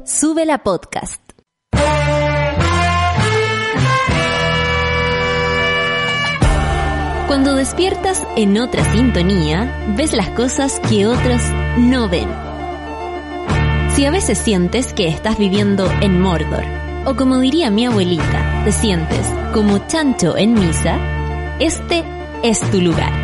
Sube la podcast. Cuando despiertas en otra sintonía, ves las cosas que otros no ven. Si a veces sientes que estás viviendo en Mordor, o como diría mi abuelita, te sientes como chancho en misa, este es tu lugar.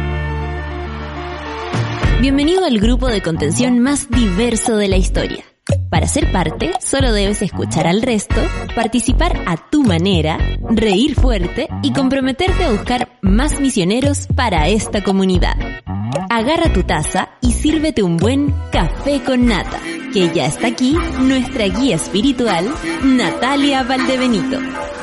Bienvenido al grupo de contención más diverso de la historia. Para ser parte, solo debes escuchar al resto, participar a tu manera, reír fuerte y comprometerte a buscar más misioneros para esta comunidad. Agarra tu taza y sírvete un buen café con nata, que ya está aquí nuestra guía espiritual, Natalia Valdebenito.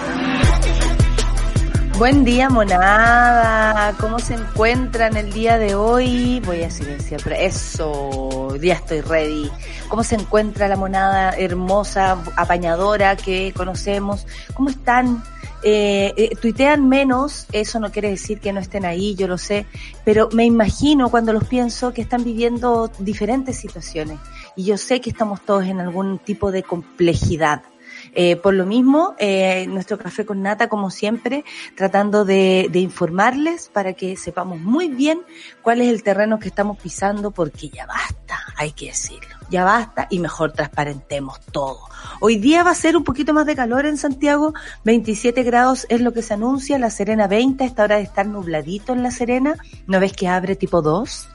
Buen día, monada. ¿Cómo se encuentran el día de hoy? Voy a silenciar, pero eso, ya estoy ready. ¿Cómo se encuentra la monada hermosa, apañadora que conocemos? ¿Cómo están? Tuitean menos, eso no quiere decir que no estén ahí, yo lo sé, pero me imagino cuando los pienso que están viviendo diferentes situaciones y yo sé que estamos todos en algún tipo de complejidad. Por lo mismo, nuestro café con nata, como siempre, tratando de informarles para que sepamos muy bien cuál es el terreno que estamos pisando, porque ya basta, hay que decirlo, ya basta y mejor transparentemos todo. Hoy día va a ser un poquito más de calor en Santiago, 27 grados es lo que se anuncia, La Serena 20, a esta hora de estar nubladito en La Serena, ¿no ves que abre tipo 2?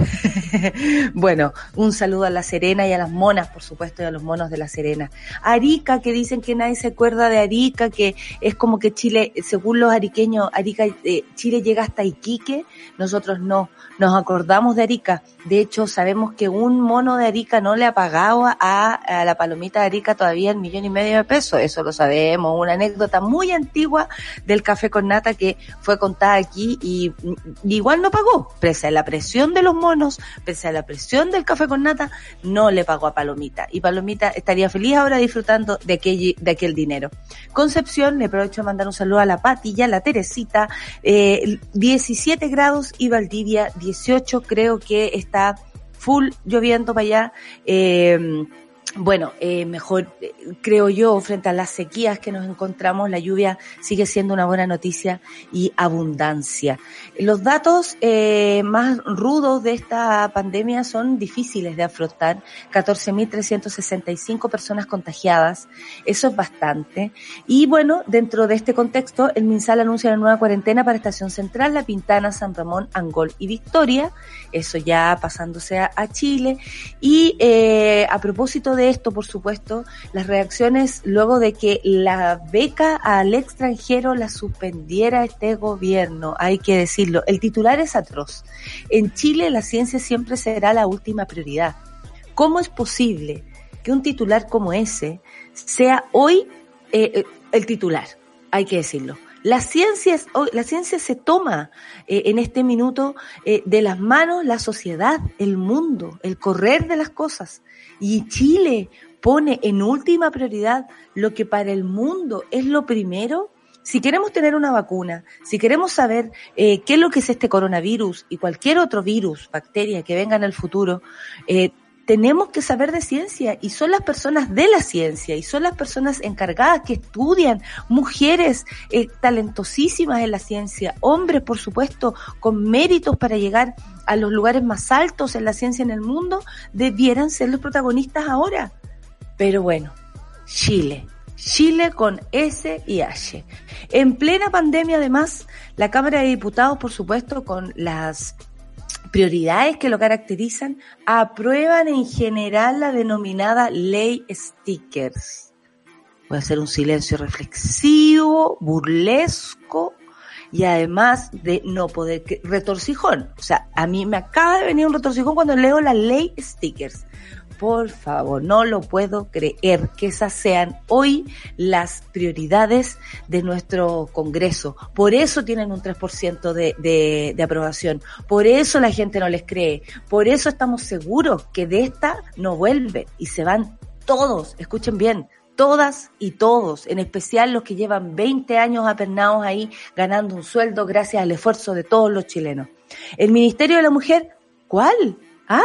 Bueno, un saludo a La Serena y a las monas, por supuesto, y a los monos de La Serena. Arica, que dicen que nadie se acuerda de Arica, que es como que Chile, según los ariqueños, Chile llega hasta Iquique, nosotros no, nos acordamos de Arica. De hecho, sabemos que un mono de Arica no le ha pagado a la palomita de Arica todavía $1,5 million de pesos, eso lo sabemos, una anécdota muy antigua del café con nata que fue contada aquí y igual no pagó, pese a la presión de los monos, pese a la presión del café con nata, no le pagó a Palomita. Y Palomita estaría feliz ahora disfrutando de aquel dinero. Concepción, le aprovecho de mandar un saludo a la Pati y a la Teresita. 17 grados y Valdivia 18, creo que está full lloviendo para allá. Bueno, mejor, creo yo, frente a las sequías que nos encontramos, la lluvia sigue siendo una buena noticia y abundancia. Los datos más rudos de esta pandemia son difíciles de afrontar. 14.365 personas contagiadas, eso es bastante. Y bueno, dentro de este contexto, el MinSal anuncia la nueva cuarentena para Estación Central, La Pintana, San Ramón, Angol y Victoria. Eso ya pasándose a Chile. Y a propósito de esto, por supuesto, las reacciones luego de que la beca al extranjero la suspendiera este gobierno, hay que decirlo. El titular es atroz. En Chile la ciencia siempre será la última prioridad. ¿Cómo es posible que un titular como ese sea hoy el titular? Hay que decirlo. La ciencia se toma en este minuto de las manos la sociedad, el mundo, el correr de las cosas. Y Chile pone en última prioridad lo que para el mundo es lo primero. Si queremos tener una vacuna, si queremos saber qué es lo que es este coronavirus y cualquier otro virus, bacteria que venga en el futuro, tenemos que saber de ciencia y son las personas de la ciencia y son las personas encargadas que estudian, mujeres talentosísimas en la ciencia, hombres por supuesto con méritos para llegar a los lugares más altos en la ciencia en el mundo, debieran ser los protagonistas ahora. Pero bueno, Chile con S y H. En plena pandemia además, la Cámara de Diputados por supuesto con las prioridades que lo caracterizan, aprueban en general la denominada ley stickers. Voy a hacer un silencio reflexivo, burlesco y además de no poder, retorcijón. O sea, a mí me acaba de venir un retorcijón cuando leo la ley stickers. Por favor, no lo puedo creer que esas sean hoy las prioridades de nuestro Congreso. Por eso tienen un 3% de aprobación. Por eso la gente no les cree. Por eso estamos seguros que de esta no vuelven y se van todos. Escuchen bien, todas y todos, en especial los que llevan 20 años apernados ahí ganando un sueldo gracias al esfuerzo de todos los chilenos. El Ministerio de la Mujer, ¿cuál? ¿Ah?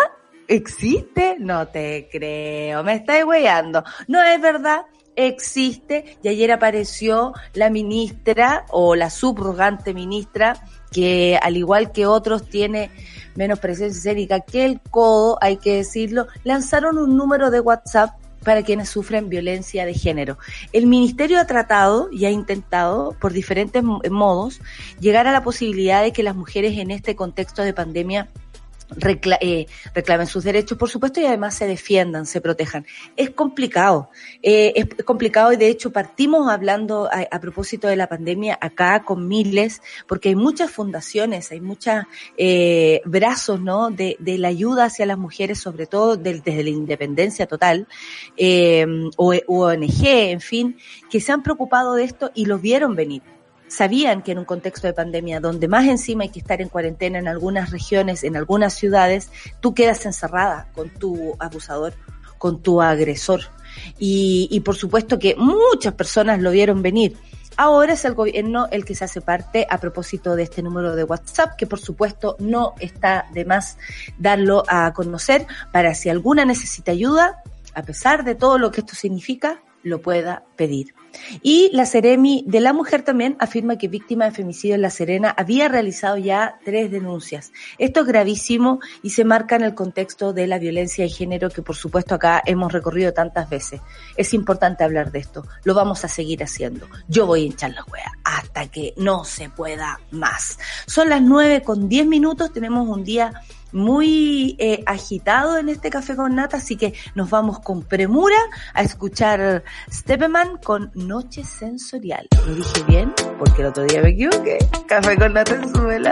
¿Existe? No te creo, me estáis weyando. No es verdad, existe, y ayer apareció la ministra o la subrogante ministra, que al igual que otros tiene menos presencia escénica que el codo, hay que decirlo, lanzaron un número de WhatsApp para quienes sufren violencia de género. El ministerio ha tratado y ha intentado por diferentes modos llegar a la posibilidad de que las mujeres en este contexto de pandemia reclamen sus derechos, por supuesto, y además se defiendan, se protejan. Es complicado y de hecho partimos hablando a propósito de la pandemia acá con Miles, porque hay muchas fundaciones, hay muchos brazos, ¿no?, de la ayuda hacia las mujeres, sobre todo desde la Independencia Total, o ONG, en fin, que se han preocupado de esto y lo vieron venir. Sabían que en un contexto de pandemia, donde más encima hay que estar en cuarentena en algunas regiones, en algunas ciudades, tú quedas encerrada con tu abusador, con tu agresor. Y por supuesto que muchas personas lo vieron venir. Ahora es el gobierno el que se hace parte a propósito de este número de WhatsApp, que por supuesto no está de más darlo a conocer para si alguna necesita ayuda, a pesar de todo lo que esto significa, lo pueda pedir. Y la Seremi de la Mujer también afirma que víctima de femicidio en La Serena había realizado ya 3 denuncias. Esto es gravísimo y se marca en el contexto de la violencia de género que por supuesto acá hemos recorrido tantas veces. Es importante hablar de esto, lo vamos a seguir haciendo. Yo voy a hinchar la hueá hasta que no se pueda más. Son las 9:10, tenemos un día muy agitado en este Café con Nata, así que nos vamos con premura a escuchar Steppenman con Noche Sensorial. ¿Lo dije bien? Porque el otro día me equivoqué. Café con Nata en Suela.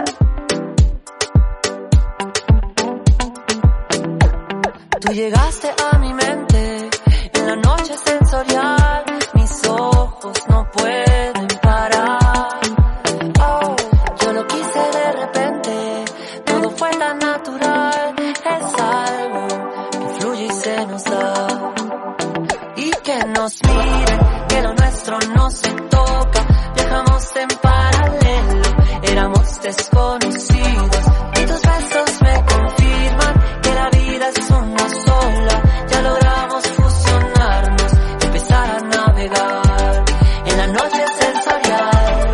Tú llegaste a mi mente en la noche sensorial, mis ojos no pueden parar. Oh, yo lo quise de repente, todo fue tan natural, es algo que fluye y se nos da. Y que nos miren, que lo nuestro no se toca, viajamos en paralelo, éramos desconocidos, y tus besos me confirman que la vida es una sola, ya logramos fusionarnos, empezar a navegar en la noche sensorial,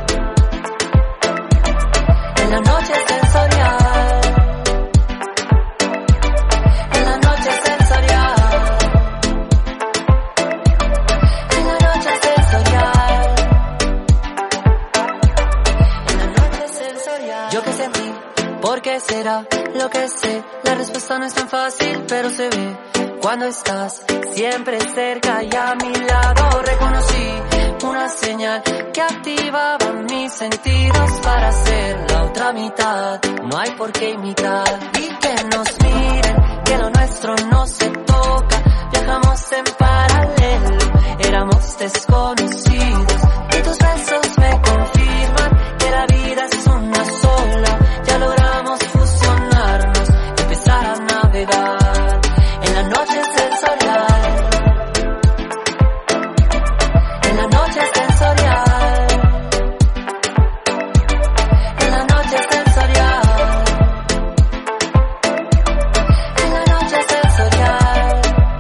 en la noche sensorial, en la noche sensorial, en la noche sensorial, en la noche sensorial. Yo que sentí, ¿por qué será? Lo que sé, la respuesta no es tan fácil, pero se ve cuando estás siempre cerca y a mi lado. Reconocí una señal que activaba mis sentidos para ser la otra mitad. No hay por qué imitar y que nos miren, que lo nuestro no se toca. Viajamos en paralelo, éramos desconocidos. Y tus besos me confirman que la vida es una sola. Ya logramos fusionarnos, empezar a navegar en la noche sensorial, en la noche sensorial, en la noche sensorial, en la noche sensorial,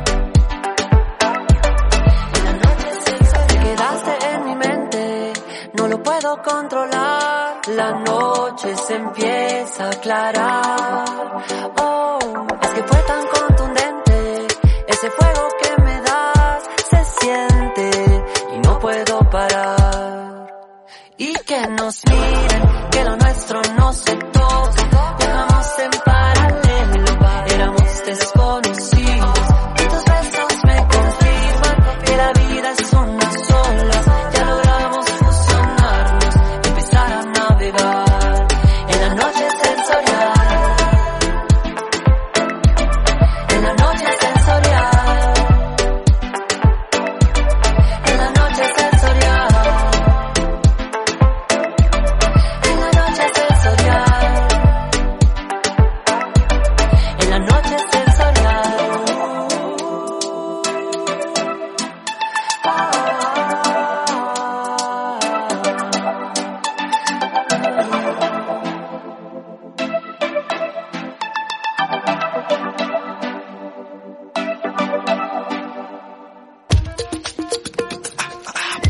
en la noche sensorial. Te quedaste en mi mente, no lo puedo controlar. La noche se empieza a aclarar. Oh, es que fue tan contundente ese fuego que me das, se siente y no puedo parar. Y que nos miren, que lo nuestro no se toca. Viajamos en paralelo, éramos desconocidos. Y tus besos me confirman que la vida es una sola. Ya logramos fusionarnos, empezar a navegar en la noche sensorial, en la noche sensorial, en la noche sensorial, en la noche sensorial,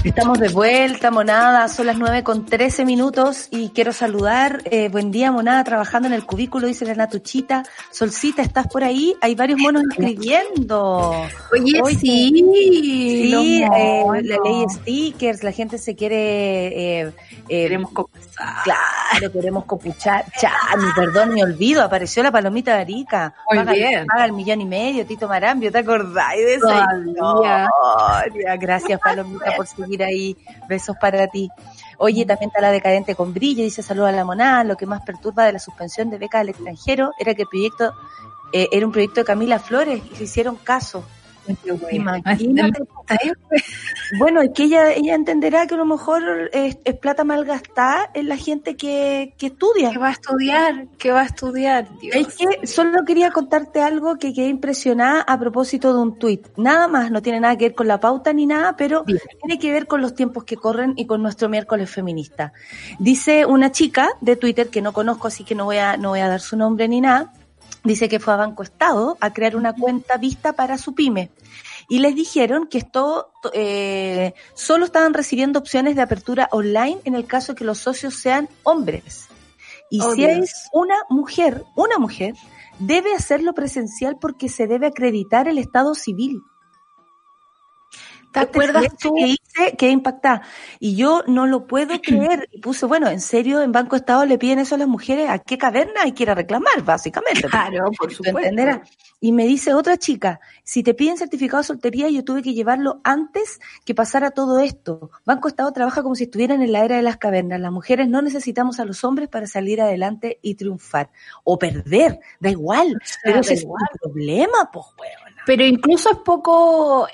Estamos de vuelta, monada, son las 9:13 y quiero saludar, buen día monada, trabajando en el cubículo, dice la Natuchita. Solcita, ¿estás por ahí? Hay varios monos escribiendo. Oye, sí, la ley stickers, la gente se quiere... queremos conversar. Claro, queremos copuchar. Perdón, me olvido, apareció la palomita de Arica. Muy bien. Paga el 1,5 millones, Tito Marambio, ¿te acordáis de esa historia? Gracias, palomita, por seguir ahí. Besos para ti. Oye, también está la decadente con brillo, dice saludos a la monada. Lo que más perturba de la suspensión de becas al extranjero era que el proyecto era un proyecto de Camila Flores y le hicieron caso. Imagínate. Bueno, es que ella entenderá que a lo mejor es plata mal gastada en la gente que estudia. ¿Qué va a estudiar? Dios. Es que solo quería contarte algo que quedé impresionada a propósito de un tuit. Nada más, no tiene nada que ver con la pauta ni nada, pero tiene que ver con los tiempos que corren y con nuestro miércoles feminista. Dice una chica de Twitter que no conozco, así que no voy a dar su nombre ni nada. Dice que fue a Banco Estado a crear una cuenta vista para su pyme. Y les dijeron que esto solo estaban recibiendo opciones de apertura online en el caso de que los socios sean hombres. Y si es una mujer, debe hacerlo presencial porque se debe acreditar el estado civil. ¿Te acuerdas tú? Que hice, quedé impactada. Y yo no lo puedo creer. Y puse, bueno, en serio, en Banco Estado le piden eso a las mujeres, ¿a qué caverna hay que ir a reclamar, básicamente? Claro, por supuesto. ¿Entenderás? Y me dice otra chica, si te piden certificado de soltería, yo tuve que llevarlo antes que pasara todo esto. Banco Estado trabaja como si estuvieran en la era de las cavernas. Las mujeres no necesitamos a los hombres para salir adelante y triunfar. O perder, da igual. Pero ese es un problema, pues, huevona. Pero incluso es poco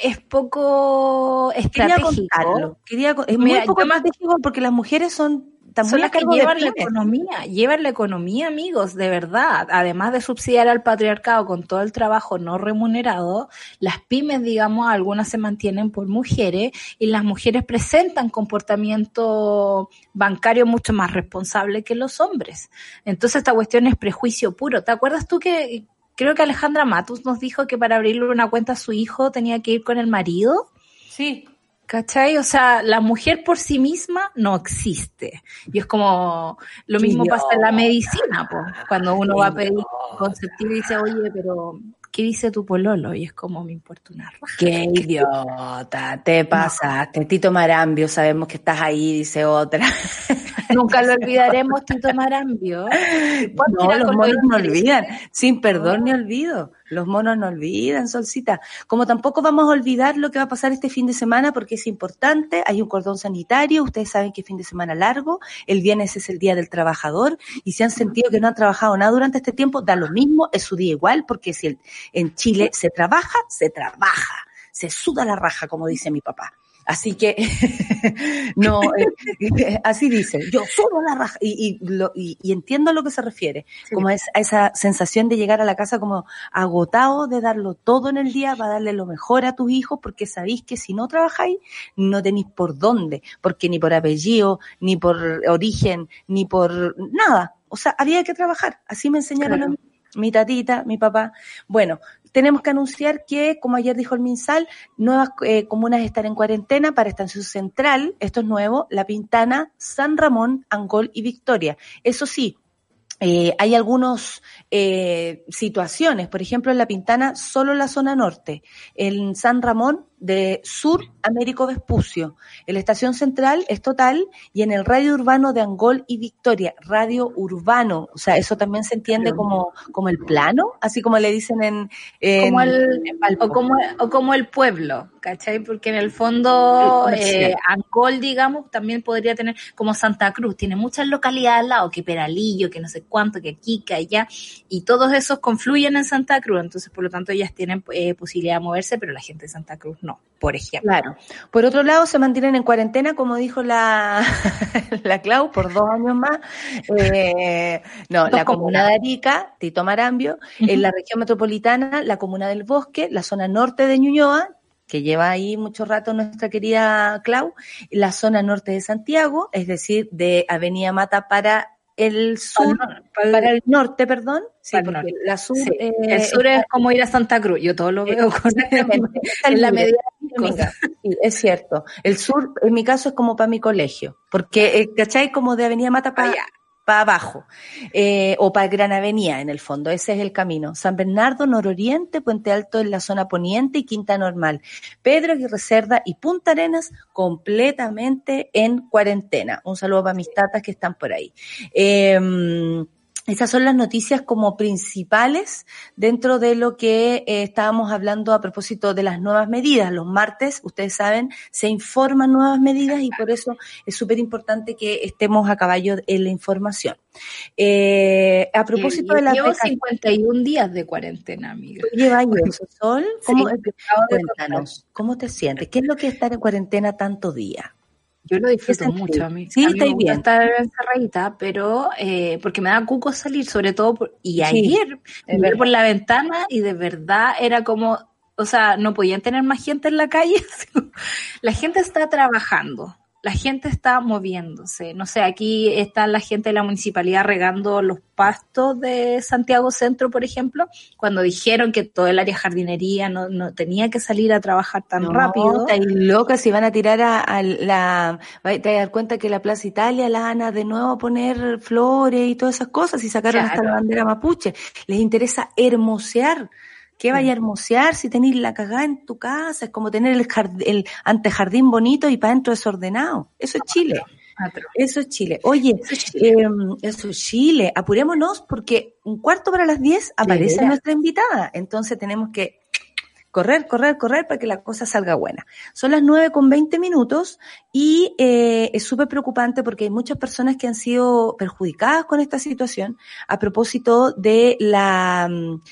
estratégico. Es muy poco estratégico porque las mujeres son las que llevan la economía, amigos, de verdad. Además de subsidiar al patriarcado con todo el trabajo no remunerado, las pymes, digamos, algunas se mantienen por mujeres y las mujeres presentan comportamiento bancario mucho más responsable que los hombres. Entonces esta cuestión es prejuicio puro. ¿Te acuerdas tú que creo que Alejandra Matus nos dijo que para abrirle una cuenta a su hijo tenía que ir con el marido? Sí. ¿Cachai? O sea, la mujer por sí misma no existe. Y es como, lo mismo pasa en la medicina, pues. Cuando uno va a pedir conceptivo y dice, oye, pero ¿qué dice tu pololo? Y es como, me importa una raja. ¡Qué idiota! Te pasaste. Tito Marambio, sabemos que estás ahí, dice otra. Nunca lo olvidaremos, Tito Marambio. No, los monos no olvidan. Sin perdón ni olvido. Los monos no olvidan, Solcita. Como tampoco vamos a olvidar lo que va a pasar este fin de semana porque es importante. Hay un cordón sanitario. Ustedes saben que es fin de semana largo. El viernes es el Día del Trabajador. Y si han sentido que no han trabajado nada durante este tiempo, da lo mismo. Es su día igual porque si en Chile se trabaja. Se suda la raja, como dice mi papá. Así que, no, así dice, yo subo la raja, y entiendo a lo que se refiere, sí. Como a esa sensación de llegar a la casa como agotado de darlo todo en el día para darle lo mejor a tus hijos, porque sabéis que si no trabajáis, no tenéis por dónde, porque ni por apellido, ni por origen, ni por nada, o sea, había que trabajar, así me enseñaron claro. Mi tatita, mi papá. Bueno, tenemos que anunciar que, como ayer dijo el MinSal, nuevas comunas están en cuarentena para Estación Central, esto es nuevo, La Pintana, San Ramón, Angol y Victoria. Eso sí, hay algunas situaciones, por ejemplo, en La Pintana, solo la zona norte, en San Ramón, de Sur, Américo Vespucio. En la Estación Central es total y en el radio urbano de Angol y Victoria, radio urbano, o sea, eso también se entiende como el plano, así como le dicen como el pueblo, ¿cachai? Porque en el fondo Angol, digamos, también podría tener como Santa Cruz, tiene muchas localidades al lado, que Peralillo, que no sé cuánto, que aquí, que allá, y todos esos confluyen en Santa Cruz, entonces por lo tanto ellas tienen posibilidad de moverse, pero la gente de Santa Cruz no, por ejemplo. Claro. Por otro lado, se mantienen en cuarentena, como dijo la Clau, por 2 años más. La comuna de Arica, Tito Marambio, en la región metropolitana, la comuna del Bosque, la zona norte de Ñuñoa, que lleva ahí mucho rato nuestra querida Clau, la zona norte de Santiago, es decir, de Avenida Mata para el sur, para el norte, perdón. Sí, porque la sur, el sur es como ir a Santa Cruz, yo todo lo veo en la medida amiga. Sí, es cierto. El sur, en mi caso, es como para mi colegio, porque, ¿cachai? Como de Avenida Mata para abajo, o para Gran Avenida, en el fondo, ese es el camino. San Bernardo, Nororiente, Puente Alto en la zona poniente y Quinta Normal. Pedro Aguirre Cerda y Punta Arenas completamente en cuarentena. Un saludo para mis tatas que están por ahí. Esas son las noticias como principales dentro de lo que estábamos hablando a propósito de las nuevas medidas. Los martes, ustedes saben, se informan nuevas medidas y por eso es súper importante que estemos a caballo en la información. A propósito de las llevo 51 días de cuarentena, amiga. ¿Lleva eso, Sol? ¿Cómo, sí, cuéntanos, ¿cómo te sientes? ¿Qué es lo que es estar en cuarentena tanto día? Yo lo disfruto mucho, a mí. Sí, está bien. Estar encerradita, pero porque me da cuco salir, sobre todo, ayer miré por la ventana y de verdad era como, o sea, no podían tener más gente en la calle. La gente está trabajando, la gente está moviéndose. No sé, aquí está la gente de la municipalidad regando los pastos de Santiago Centro, por ejemplo, cuando dijeron que todo el área jardinería no tenía que salir a trabajar tan rápido. Estáis locas, si van a tirar te vas a dar cuenta que la Plaza Italia la van a de nuevo poner flores y todas esas cosas, y sacaron hasta la bandera mapuche. Les interesa hermosear. ¿Qué vaya a hermosear si tenéis la cagada en tu casa? Es como tener el antejardín bonito y para adentro desordenado. Eso es Chile. Eso es Chile. Oye, eso es Chile. Apurémonos porque 9:45 aparece nuestra invitada. Entonces tenemos que correr para que la cosa salga buena. Son las 9:20 y es súper preocupante porque hay muchas personas que han sido perjudicadas con esta situación a propósito de las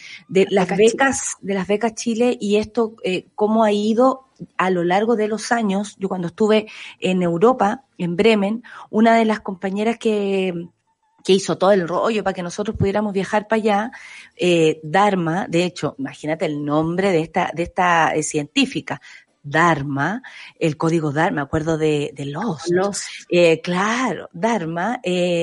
becas Chile, y esto cómo ha ido a lo largo de los años. Yo cuando estuve en Europa, en Bremen, una de las compañeras que hizo todo el rollo para que nosotros pudiéramos viajar para allá, Dharma, de hecho, imagínate el nombre de esta científica, Dharma, el código Dharma, me acuerdo de los claro, Dharma,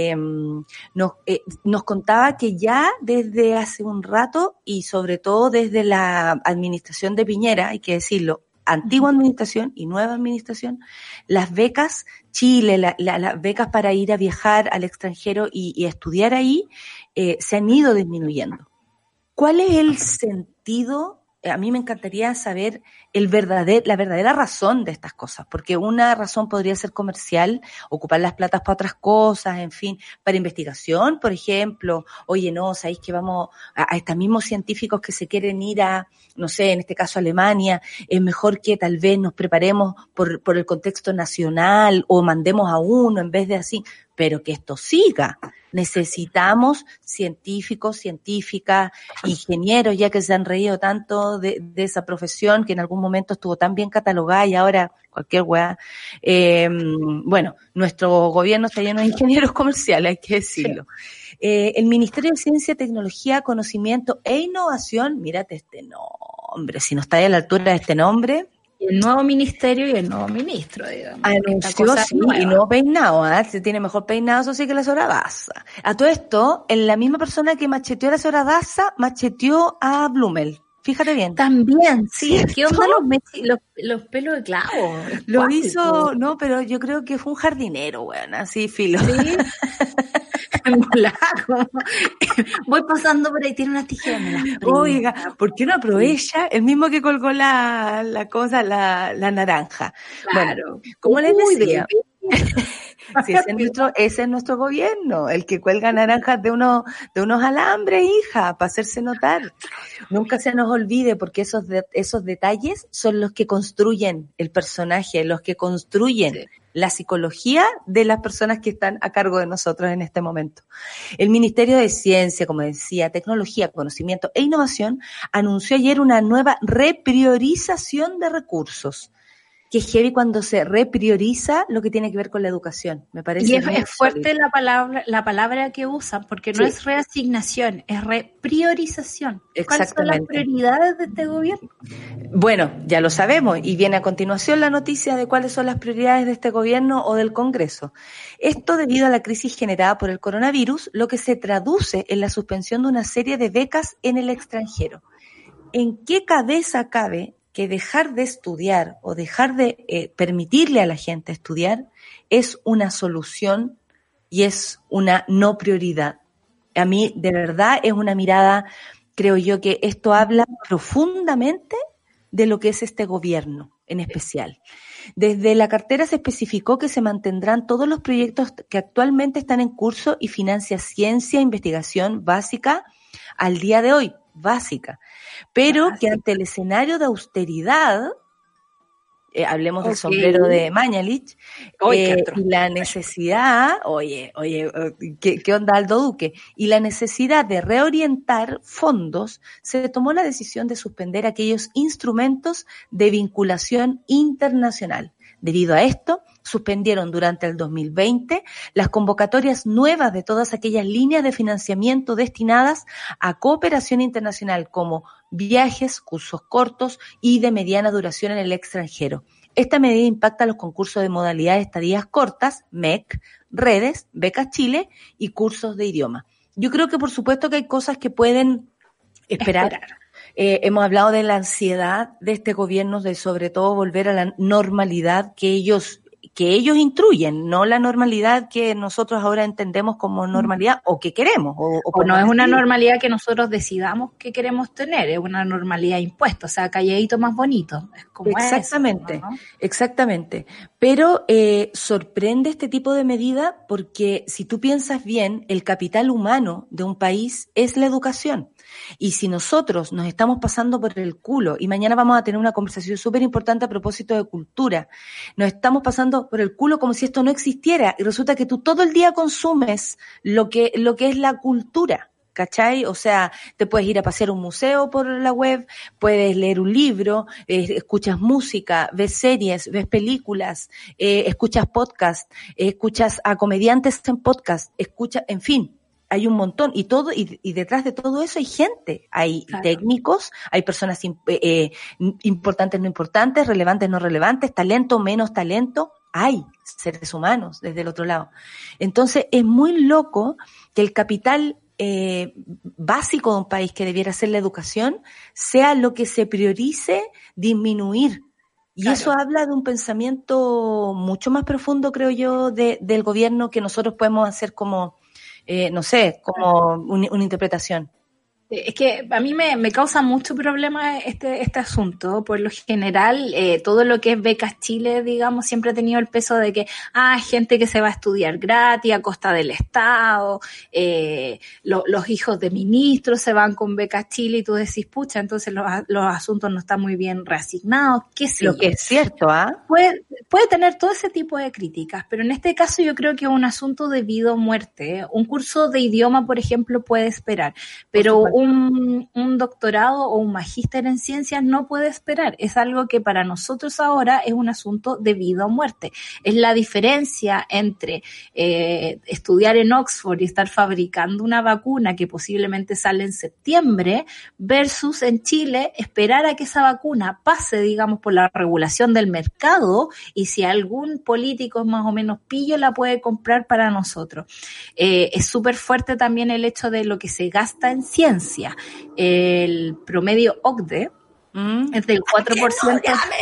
nos contaba que ya desde hace un rato, y sobre todo desde la administración de Piñera, hay que decirlo, antigua administración y nueva administración, las becas Chile, las becas para ir a viajar al extranjero y estudiar ahí, se han ido disminuyendo. ¿Cuál es el sentido? A mí me encantaría saber la verdadera razón de estas cosas, porque una razón podría ser comercial, ocupar las platas para otras cosas, en fin, para investigación, por ejemplo. Oye, no, sabéis que vamos a estos mismos científicos que se quieren ir a, no sé, en este caso Alemania, es mejor que tal vez nos preparemos por el contexto nacional o mandemos a uno en vez de así, pero que esto siga. Necesitamos científicos, científicas, ingenieros, ya que se han reído tanto de esa profesión que en algún momento estuvo tan bien catalogada y ahora cualquier weá. Bueno, nuestro gobierno está lleno de ingenieros comerciales, hay que decirlo. Sí. El Ministerio de Ciencia, Tecnología, Conocimiento e Innovación, mírate este nombre, si no está a la altura de este nombre. El nuevo ministerio y el nuevo ministro, digamos. Anunció, sí, y no peinado, se tiene mejor peinado, eso sí, que la señora Daza. A todo esto, en la misma persona que macheteó a la señora Daza, macheteó a Blumel. Fíjate bien. También, sí. ¿Qué onda los pelos de clavo? Lo hizo, no, pero yo creo que fue un jardinero, bueno, así, filo. Sí. Voy pasando por ahí, tiene unas tijeras, me las prendo. Oiga, ¿por qué no aprovecha el mismo que colgó la naranja? Claro. Bueno, como les decía, sí, ese es nuestro gobierno, el que cuelga naranjas de unos alambres, hija, para hacerse notar. Nunca se nos olvide, porque esos detalles son los que construyen el personaje, los que construyen la psicología de las personas que están a cargo de nosotros en este momento. El Ministerio de Ciencia, como decía, Tecnología, Conocimiento e Innovación anunció ayer una nueva repriorización de recursos. Que es heavy cuando se reprioriza lo que tiene que ver con la educación, me parece. Y es fuerte la palabra que usan, porque no es reasignación, es repriorización. ¿Cuáles son las prioridades de este gobierno? Bueno, ya lo sabemos, y viene a continuación la noticia de cuáles son las prioridades de este gobierno o del Congreso. Esto debido a la crisis generada por el coronavirus, lo que se traduce en la suspensión de una serie de becas en el extranjero. ¿En qué cabeza cabe que dejar de estudiar o dejar de permitirle a la gente estudiar es una solución y es una no prioridad. A mí, de verdad, es una mirada, creo yo, que esto habla profundamente de lo que es este gobierno en especial. Desde la cartera se especificó que se mantendrán todos los proyectos que actualmente están en curso y financia ciencia, investigación básica al día de hoy, básica, pero que ante el escenario de austeridad, hablemos del sombrero de Mañalich, y la necesidad, ¿qué onda Aldo Duque? Y la necesidad de reorientar fondos, se tomó la decisión de suspender aquellos instrumentos de vinculación internacional. Debido a esto, suspendieron durante el 2020 las convocatorias nuevas de todas aquellas líneas de financiamiento destinadas a cooperación internacional como viajes, cursos cortos y de mediana duración en el extranjero. Esta medida impacta los concursos de modalidad de estadías cortas, MEC, redes, becas Chile y cursos de idioma. Yo creo que por supuesto que hay cosas que pueden esperar. Hemos hablado de la ansiedad de este gobierno de sobre todo volver a la normalidad que ellos instruyen, no la normalidad que nosotros ahora entendemos como normalidad o que queremos. O no es una normalidad que nosotros decidamos que queremos tener, es una normalidad impuesta, o sea, calladito más bonito. Es como exactamente, eso, ¿no? Exactamente. Pero sorprende este tipo de medida porque si tú piensas bien, el capital humano de un país es la educación. Y si nosotros nos estamos pasando por el culo, y mañana vamos a tener una conversación súper importante a propósito de cultura, nos estamos pasando por el culo como si esto no existiera, y resulta que tú todo el día consumes lo que es la cultura, ¿cachai? O sea, te puedes ir a pasear a un museo por la web, puedes leer un libro, escuchas música, ves series, ves películas, escuchas podcast, escuchas a comediantes en podcast, en fin. Hay un montón, y detrás de todo eso hay gente, hay técnicos, hay personas importantes, no importantes, relevantes, no relevantes, talento, menos talento, hay seres humanos desde el otro lado. Entonces es muy loco que el capital básico de un país que debiera ser la educación sea lo que se priorice disminuir. Y eso habla de un pensamiento mucho más profundo, creo yo, del gobierno que nosotros podemos hacer como como una interpretación. Es que a mí me causa mucho problema este asunto. Por lo general, todo lo que es becas Chile, digamos, siempre ha tenido el peso de que gente que se va a estudiar gratis a costa del Estado, los hijos de ministros se van con becas Chile y tú decís, pucha, entonces los asuntos no están muy bien reasignados. ¿Qué sé yo? Lo que es cierto, Puede tener todo ese tipo de críticas, pero en este caso yo creo que es un asunto de vida o muerte. Un curso de idioma, por ejemplo, puede esperar, pero un doctorado o un magíster en ciencias no puede esperar. Es algo que para nosotros ahora es un asunto de vida o muerte. Es la diferencia entre estudiar en Oxford y estar fabricando una vacuna que posiblemente sale en septiembre versus en Chile esperar a que esa vacuna pase, digamos, por la regulación del mercado y si algún político es más o menos pillo la puede comprar para nosotros. Es súper fuerte también el hecho de lo que se gasta en ciencia. El promedio OCDE es del 4%.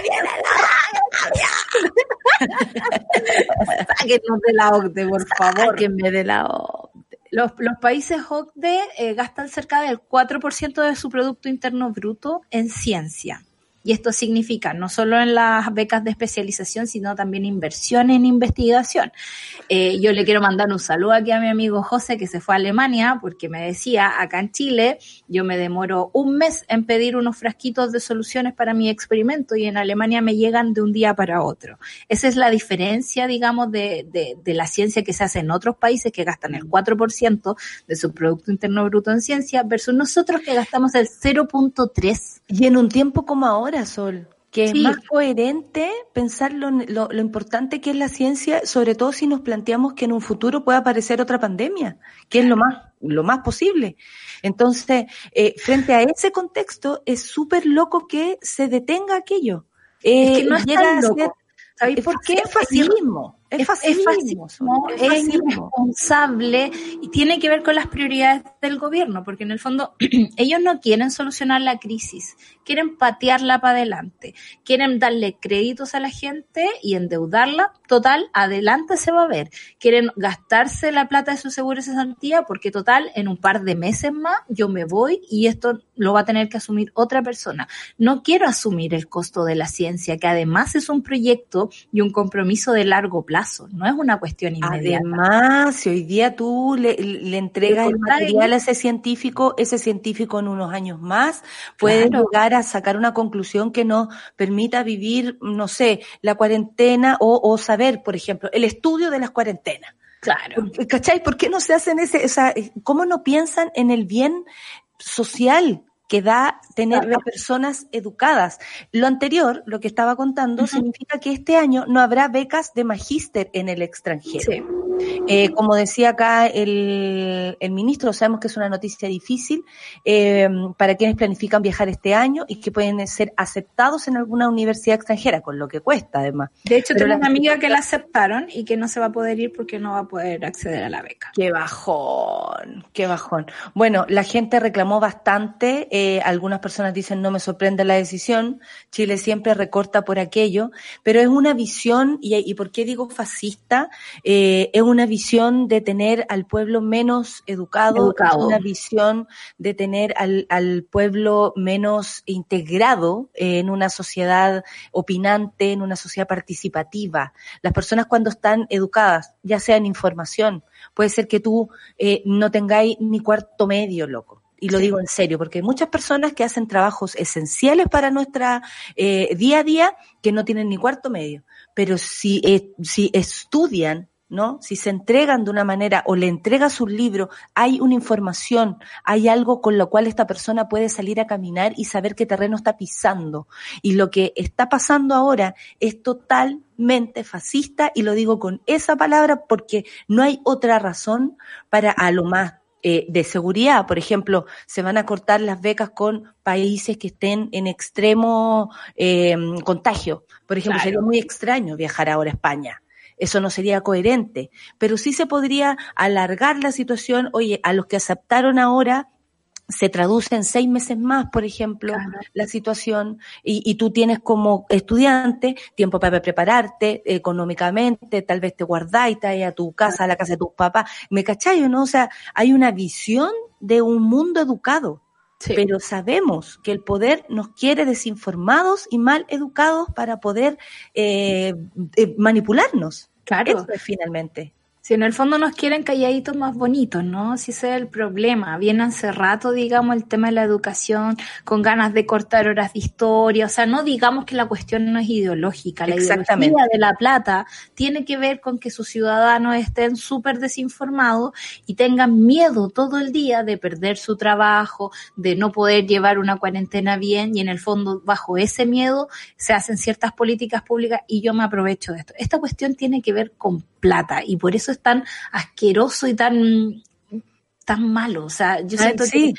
Sáquenos de la OCDE, por favor. Sáquenme de la OCDE. Los países OCDE gastan cerca del 4% de su Producto Interno Bruto en ciencia. Y esto significa no solo en las becas de especialización, sino también inversión en investigación. Yo le quiero mandar un saludo aquí a mi amigo José, que se fue a Alemania, porque me decía, acá en Chile, yo me demoro un mes en pedir unos frasquitos de soluciones para mi experimento, y en Alemania me llegan de un día para otro. Esa es la diferencia, digamos, de la ciencia que se hace en otros países, que gastan el 4% de su Producto Interno Bruto en ciencia, versus nosotros que gastamos el 0.3%. Y en un tiempo como ahora, Sol, que es más coherente pensar lo importante que es la ciencia, sobre todo si nos planteamos que en un futuro pueda aparecer otra pandemia, que es lo más posible. Entonces, frente a ese contexto, es súper loco que se detenga aquello. Es que no es tan loco. ¿Sabéis por qué? Es Es fascismo, es irresponsable y tiene que ver con las prioridades del gobierno, porque en el fondo ellos no quieren solucionar la crisis, quieren patearla para adelante, quieren darle créditos a la gente y endeudarla, total, adelante se va a ver. Quieren gastarse la plata de su seguro de cesantía porque total, en un par de meses más yo me voy y esto lo va a tener que asumir otra persona. No quiero asumir el costo de la ciencia, que además es un proyecto y un compromiso de largo plazo. No es una cuestión inmediata. Además, si hoy día tú le entregas el material a ese científico en unos años más puede llegar a sacar una conclusión que nos permita vivir, no sé, la cuarentena o saber, por ejemplo, el estudio de las cuarentenas. Claro. ¿Cachai? ¿Por qué no se hacen cómo no piensan en el bien social que da tener a personas educadas? Lo anterior, lo que estaba contando, significa que este año no habrá becas de magíster en el extranjero. Sí. Como decía acá el ministro, sabemos que es una noticia difícil para quienes planifican viajar este año y que pueden ser aceptados en alguna universidad extranjera, con lo que cuesta además. De hecho, tengo una amiga que la aceptaron y que no se va a poder ir porque no va a poder acceder a la beca. ¡Qué bajón! ¡Qué bajón! Bueno, la gente reclamó bastante, algunas personas dicen no me sorprende la decisión, Chile siempre recorta por aquello, pero es una visión, y ¿por qué digo fascista? Es una visión de tener al pueblo menos educado, es una visión de tener al pueblo menos integrado en una sociedad opinante, en una sociedad participativa. Las personas cuando están educadas, ya sea en información, puede ser que tú no tengáis ni cuarto medio, loco. Y lo digo en serio, porque hay muchas personas que hacen trabajos esenciales para nuestra día a día que no tienen ni cuarto medio. Pero si estudian, ¿no? Si se entregan de una manera o le entregas un libro, hay una información, hay algo con lo cual esta persona puede salir a caminar y saber qué terreno está pisando. Y lo que está pasando ahora es totalmente fascista, y lo digo con esa palabra porque no hay otra razón para a lo más de seguridad. Por ejemplo, se van a cortar las becas con países que estén en extremo contagio. Por ejemplo, sería muy extraño viajar ahora a España. Eso no sería coherente, pero sí se podría alargar la situación. Oye, a los que aceptaron ahora se traduce en 6 meses más, por ejemplo, la situación, y tú tienes como estudiante tiempo para prepararte económicamente, tal vez te guardáis, te vas a tu casa, a la casa de tus papás, ¿me cachai o no? O sea, hay una visión de un mundo educado. Sí. Pero sabemos que el poder nos quiere desinformados y mal educados para poder manipularnos. Claro. Eso es finalmente. Si en el fondo nos quieren calladitos más bonitos, ¿no? Si ese es el problema. Viene hace rato, digamos, el tema de la educación, con ganas de cortar horas de historia. O sea, no digamos que la cuestión no es ideológica. La ideología de la plata tiene que ver con que sus ciudadanos estén súper desinformados y tengan miedo todo el día de perder su trabajo, de no poder llevar una cuarentena bien, y en el fondo, bajo ese miedo, se hacen ciertas políticas públicas, y yo me aprovecho de esto. Esta cuestión tiene que ver con plata, y por eso es tan asqueroso y tan malo. O sea, yo siento que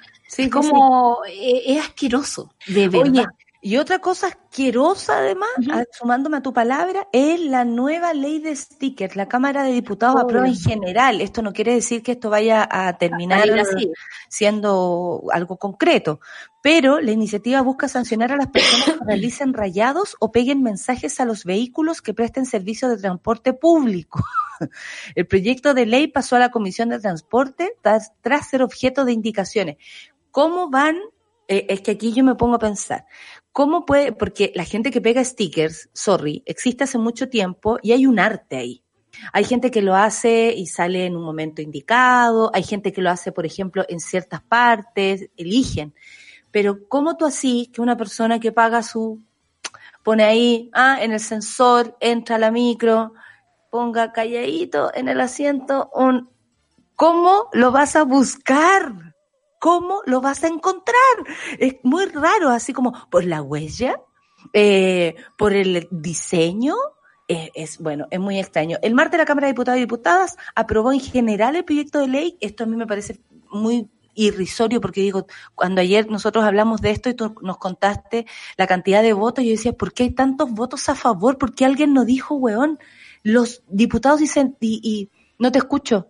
es asqueroso, de verdad. Oye, y otra cosa asquerosa además, sumándome a tu palabra, es la nueva ley de stickers. La Cámara de Diputados aprueba en general. Esto no quiere decir que esto vaya a terminar siendo algo concreto, pero la iniciativa busca sancionar a las personas que realicen rayados o peguen mensajes a los vehículos que presten servicio de transporte público. El proyecto de ley pasó a la Comisión de Transporte tras ser objeto de indicaciones. ¿Cómo van? Es que aquí yo me pongo a pensar, ¿cómo puede? Porque la gente que pega stickers, existe hace mucho tiempo y hay un arte ahí. Hay gente que lo hace y sale en un momento indicado, hay gente que lo hace, por ejemplo, en ciertas partes, eligen. Pero ¿cómo tú así que una persona que paga pone ahí, en el sensor, entra a la micro, ponga calladito en el asiento, ¿cómo lo vas a buscar? ¿Cómo lo vas a encontrar? Es muy raro, así como por la huella, por el diseño. Es muy extraño. El martes la Cámara de Diputados y Diputadas aprobó en general el proyecto de ley. Esto a mí me parece muy irrisorio, porque digo, cuando ayer nosotros hablamos de esto y tú nos contaste la cantidad de votos, yo decía, ¿por qué hay tantos votos a favor? ¿Por qué alguien no dijo, weón, los diputados dicen, y no te escucho.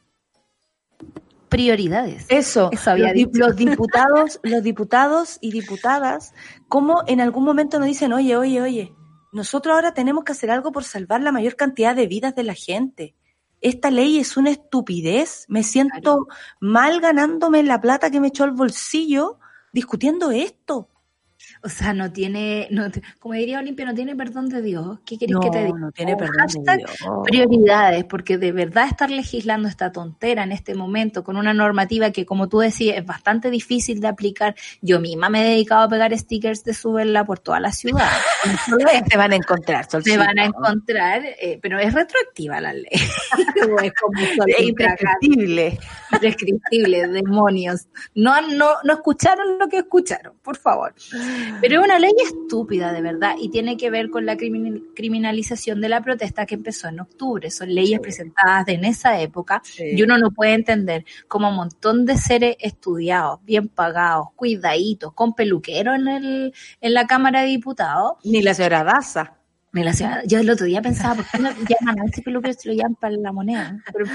Prioridades. Eso había dicho. Los diputados y diputadas, como en algún momento nos dicen, oye, nosotros ahora tenemos que hacer algo por salvar la mayor cantidad de vidas de la gente. Esta ley es una estupidez. Me siento mal ganándome la plata que me echó al bolsillo discutiendo esto. O sea, como diría Olimpia, no tiene perdón de Dios. ¿Qué querés que te diga? No tiene perdón de Dios. Prioridades, porque de verdad estar legislando esta tontera en este momento con una normativa que, como tú decías, es bastante difícil de aplicar. Yo misma me he dedicado a pegar stickers de Súbela por toda la ciudad. Se van a encontrar, Solcito. Se van a encontrar, pero es retroactiva la ley. Es imprescriptible. Imprescriptible, demonios. No escucharon lo que escucharon, por favor. Pero es una ley estúpida, de verdad, y tiene que ver con la criminalización de la protesta que empezó en octubre. Son leyes presentadas en esa época y uno no puede entender cómo un montón de seres estudiados, bien pagados, cuidaditos, con peluquero en la Cámara de Diputados. Ni la señora Daza. Yo el otro día pensaba, ¿por qué no llaman a ese peluquero si lo llaman para la moneda? Pero,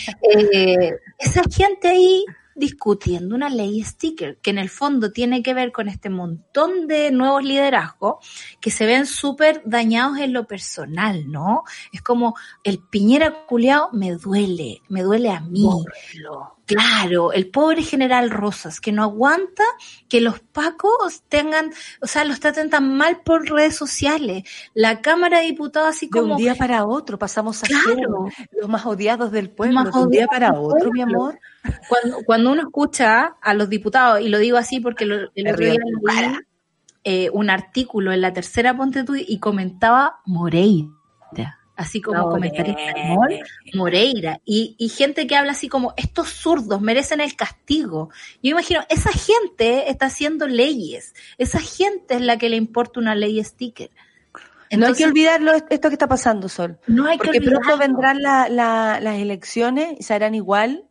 esa gente ahí discutiendo una ley sticker que en el fondo tiene que ver con este montón de nuevos liderazgos que se ven súper dañados en lo personal, ¿no? Es como el Piñera culiao me duele a mí. Bórrelo. Claro, el pobre general Rosas, que no aguanta que los pacos los traten tan mal por redes sociales. La Cámara de Diputados así como... De un día para otro pasamos a ser los más odiados del pueblo. De un día para otro, mi amor. Cuando uno escucha a los diputados, y lo digo así porque el otro día leí un artículo en La Tercera, ponte tú, y comentaba Moreira. Así como comentarista Moreira, y gente que habla así como, estos zurdos merecen el castigo. Yo imagino, esa gente está haciendo leyes, esa gente es la que le importa una ley sticker. Entonces, no hay que olvidarlo esto que está pasando, Sol. No hay porque que olvidarlo. Pronto vendrán las elecciones y se harán igual.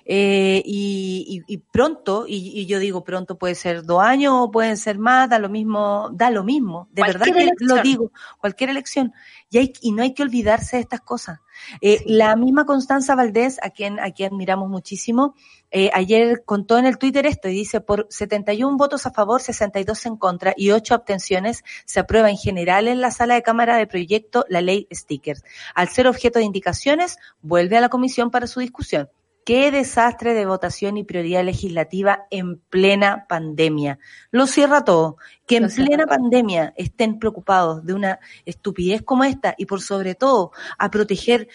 Y pronto, y yo digo pronto, puede ser 2 años o pueden ser más, da lo mismo, de verdad que lo digo, cualquier elección, y no hay que olvidarse de estas cosas. La misma Constanza Valdés, a quien admiramos muchísimo, ayer contó en el Twitter esto, y dice, por 71 votos a favor, 62 en contra y 8 abstenciones, se aprueba en general en la sala de Cámara de Proyecto la ley stickers. Al ser objeto de indicaciones, vuelve a la comisión para su discusión. Qué desastre de votación y prioridad legislativa en plena pandemia. Lo cierra todo. Que en plena pandemia estén preocupados de una estupidez como esta y por sobre todo a proteger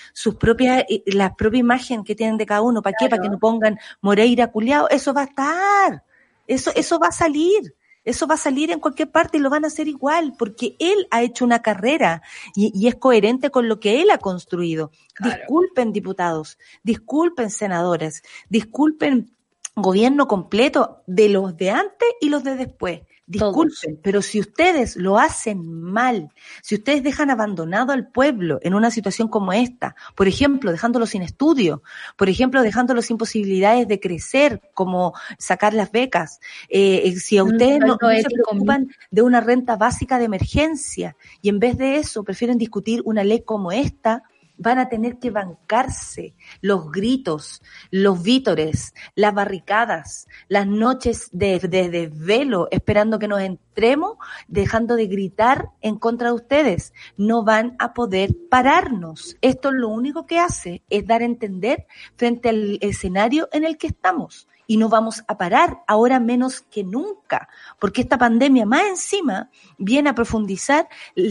la propia imagen que tienen de cada uno. ¿Para qué? Para que no pongan Moreira culiao. Eso va a estar. Eso va a salir. Eso va a salir en cualquier parte y lo van a hacer igual, porque él ha hecho una carrera y es coherente con lo que él ha construido. Claro. Disculpen, diputados, disculpen, senadores, disculpen, gobierno completo, de los de antes y los de después. Disculpen, pero si ustedes lo hacen mal, si ustedes dejan abandonado al pueblo en una situación como esta, por ejemplo, dejándolo sin estudio, por ejemplo, dejándolo sin posibilidades de crecer, como sacar las becas, si a ustedes no se preocupan de una renta básica de emergencia y en vez de eso prefieren discutir una ley como esta, van a tener que bancarse los gritos, los vítores, las barricadas, las noches de desvelo, esperando que nos entremos, dejando de gritar en contra de ustedes. No van a poder pararnos. Esto lo único que hace es dar a entender frente al escenario en el que estamos. Y no vamos a parar, ahora menos que nunca, porque esta pandemia más encima viene a profundizar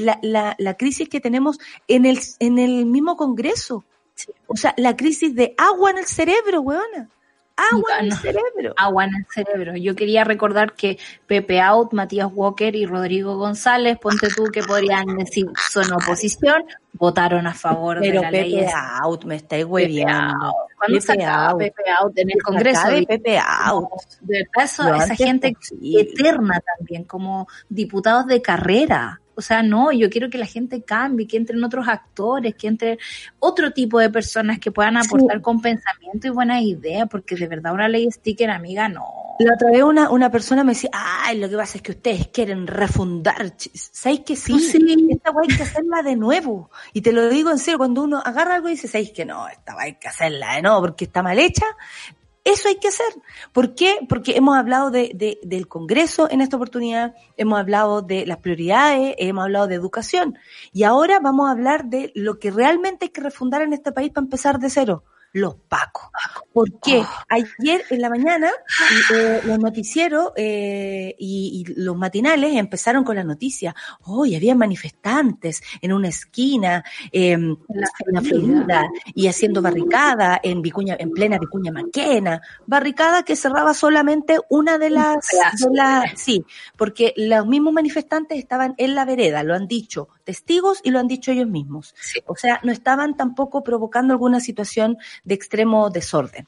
la crisis que tenemos en el mismo Congreso. O sea, la crisis de agua en el cerebro, weona. Agua en el cerebro. Agua en el cerebro. Yo quería recordar que Pepe Out, Matías Walker y Rodrigo González, ponte tú que podrían decir son oposición, votaron a favor de la ley. Pero Pepe Out, me estáis hueviando. ¿Cuándo sacaba Pepe Out en el Congreso? De Pepe Out. De verdad, esa gente eterna también, como diputados de carrera. O sea, no, yo quiero que la gente cambie, que entren otros actores, que entren otro tipo de personas que puedan aportar con pensamiento y buenas ideas, porque de verdad una ley sticker, amiga, no. La otra vez una persona me decía, lo que pasa es que ustedes quieren refundar. ¿Sabéis que sí? Esta weá hay que hacerla de nuevo. Y te lo digo en serio, cuando uno agarra algo y dice, ¿sabéis que no? Esta weá hay que hacerla de nuevo porque está mal hecha. Eso hay que hacer. ¿Por qué? Porque hemos hablado del Congreso en esta oportunidad, hemos hablado de las prioridades, hemos hablado de educación. Y ahora vamos a hablar de lo que realmente hay que refundar en este país para empezar de cero. Los pacos. Porque ayer en la mañana los noticieros y los matinales empezaron con la noticia. Hoy había manifestantes en una esquina en la Florida y haciendo barricada en plena Vicuña Maquena. Barricada que cerraba solamente una de las sí, porque los mismos manifestantes estaban en la vereda, lo han dicho testigos y lo han dicho ellos mismos. Sí. O sea, no estaban tampoco provocando alguna situación de extremo desorden,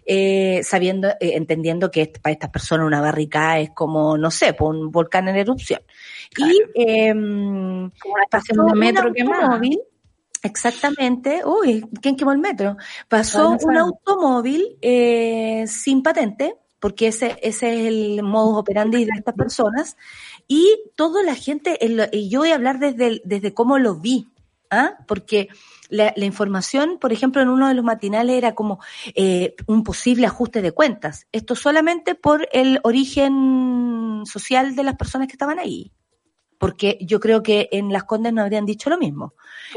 entendiendo que para estas personas una barricada es como, no sé, un volcán en erupción. Claro. Y como la estación de metro quemada. Exactamente. Uy, ¿quién quemó el metro? Pasó un automóvil sin patente, porque ese es el modus operandi de estas personas, y toda la gente, y yo voy a hablar desde cómo lo vi, porque la información, por ejemplo, en uno de los matinales era como un posible ajuste de cuentas. Esto solamente por el origen social de las personas que estaban ahí. Porque yo creo que en Las Condes no habrían dicho lo mismo.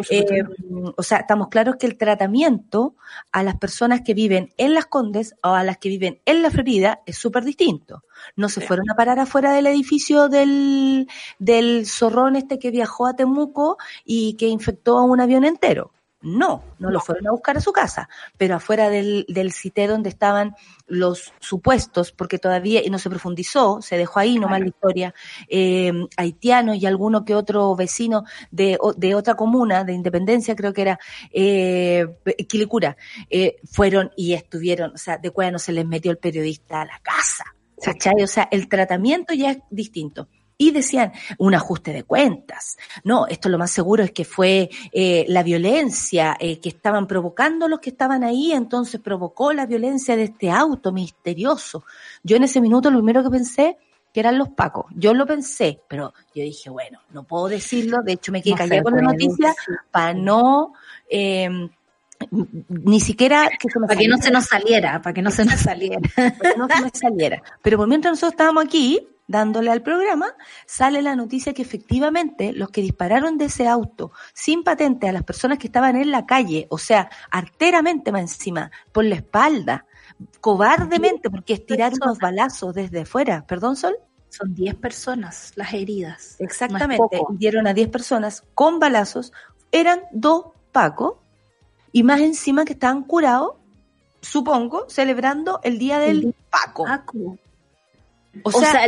O sea, estamos claros que el tratamiento a las personas que viven en Las Condes o a las que viven en la Florida es súper distinto. No se fueron a parar afuera del edificio del zorrón que viajó a Temuco y que infectó a un avión entero. No lo fueron a buscar a su casa, pero afuera del CITE donde estaban los supuestos, porque todavía, y no se profundizó, se dejó ahí nomás la historia, haitianos y alguno que otro vecino de otra comuna, de Independencia creo que era, Quilicura, fueron y estuvieron, o sea, de cuál no se les metió el periodista a la casa, ¿cachai? O sea, el tratamiento ya es distinto. Y decían, un ajuste de cuentas. No, esto lo más seguro es que fue la violencia que estaban provocando los que estaban ahí, entonces provocó la violencia de este auto misterioso. Yo en ese minuto lo primero que pensé que eran los pacos. Yo lo pensé, pero yo dije, bueno, no puedo decirlo. De hecho, me quedé callada con la noticia para no... ni siquiera que se para que no se nos saliera, para que no se nos saliera. Pero por mientras nosotros estábamos aquí dándole al programa, sale la noticia que efectivamente los que dispararon de ese auto sin patente a las personas que estaban en la calle, o sea, arteramente más encima, por la espalda, cobardemente, porque es tirar unos balazos desde afuera. ¿Perdón, Sol? Son 10 personas las heridas. Exactamente, dieron a 10 personas con balazos, eran 2 pacos, y más encima que estaban curados, supongo, celebrando el día del Paco. O sea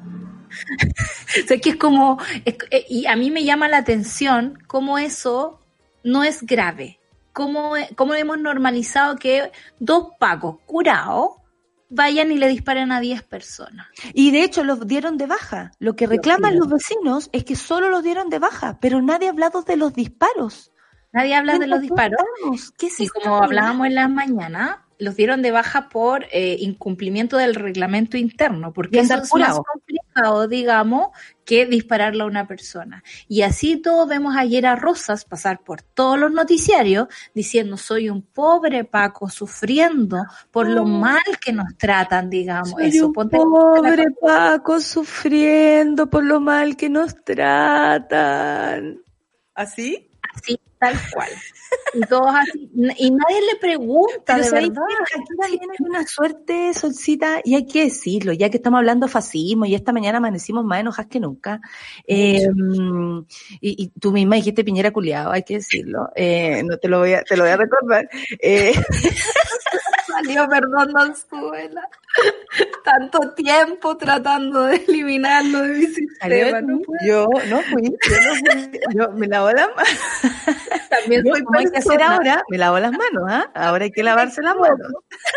o sea, que es como, y a mí me llama la atención cómo eso no es grave. Cómo hemos normalizado que 2 pacos curados vayan y le disparen a 10 personas. Y de hecho los dieron de baja. Lo que reclaman los vecinos es que solo los dieron de baja, pero nadie ha hablado de los disparos. Nadie habla de los disparos. Y como hablábamos en la mañana, los dieron de baja por incumplimiento del reglamento interno, porque eso es más complicado, digamos, que dispararle a una persona. Y así todos vemos ayer a Rosas pasar por todos los noticiarios diciendo, soy un pobre Paco sufriendo por lo mal que nos tratan, digamos. Soy eso. Un pobre Paco sufriendo por lo mal que nos tratan. ¿Así? Así, tal cual. Y todos así, y nadie le pregunta, pero de verdad. Aquí también hay una suerte, Solcita, y hay que decirlo, ya que estamos hablando de fascismo, y esta mañana amanecimos más enojadas que nunca. Y tú misma dijiste Piñera culiao, hay que decirlo. No te lo voy a recordar. Salió, perdón, Donzuela. Tanto tiempo tratando de eliminarlo de mi sistema. Yo no fui. Yo me lavo las manos. También soy como hay que hacer ahora, me lavo las manos, Ahora hay que lavarse las manos.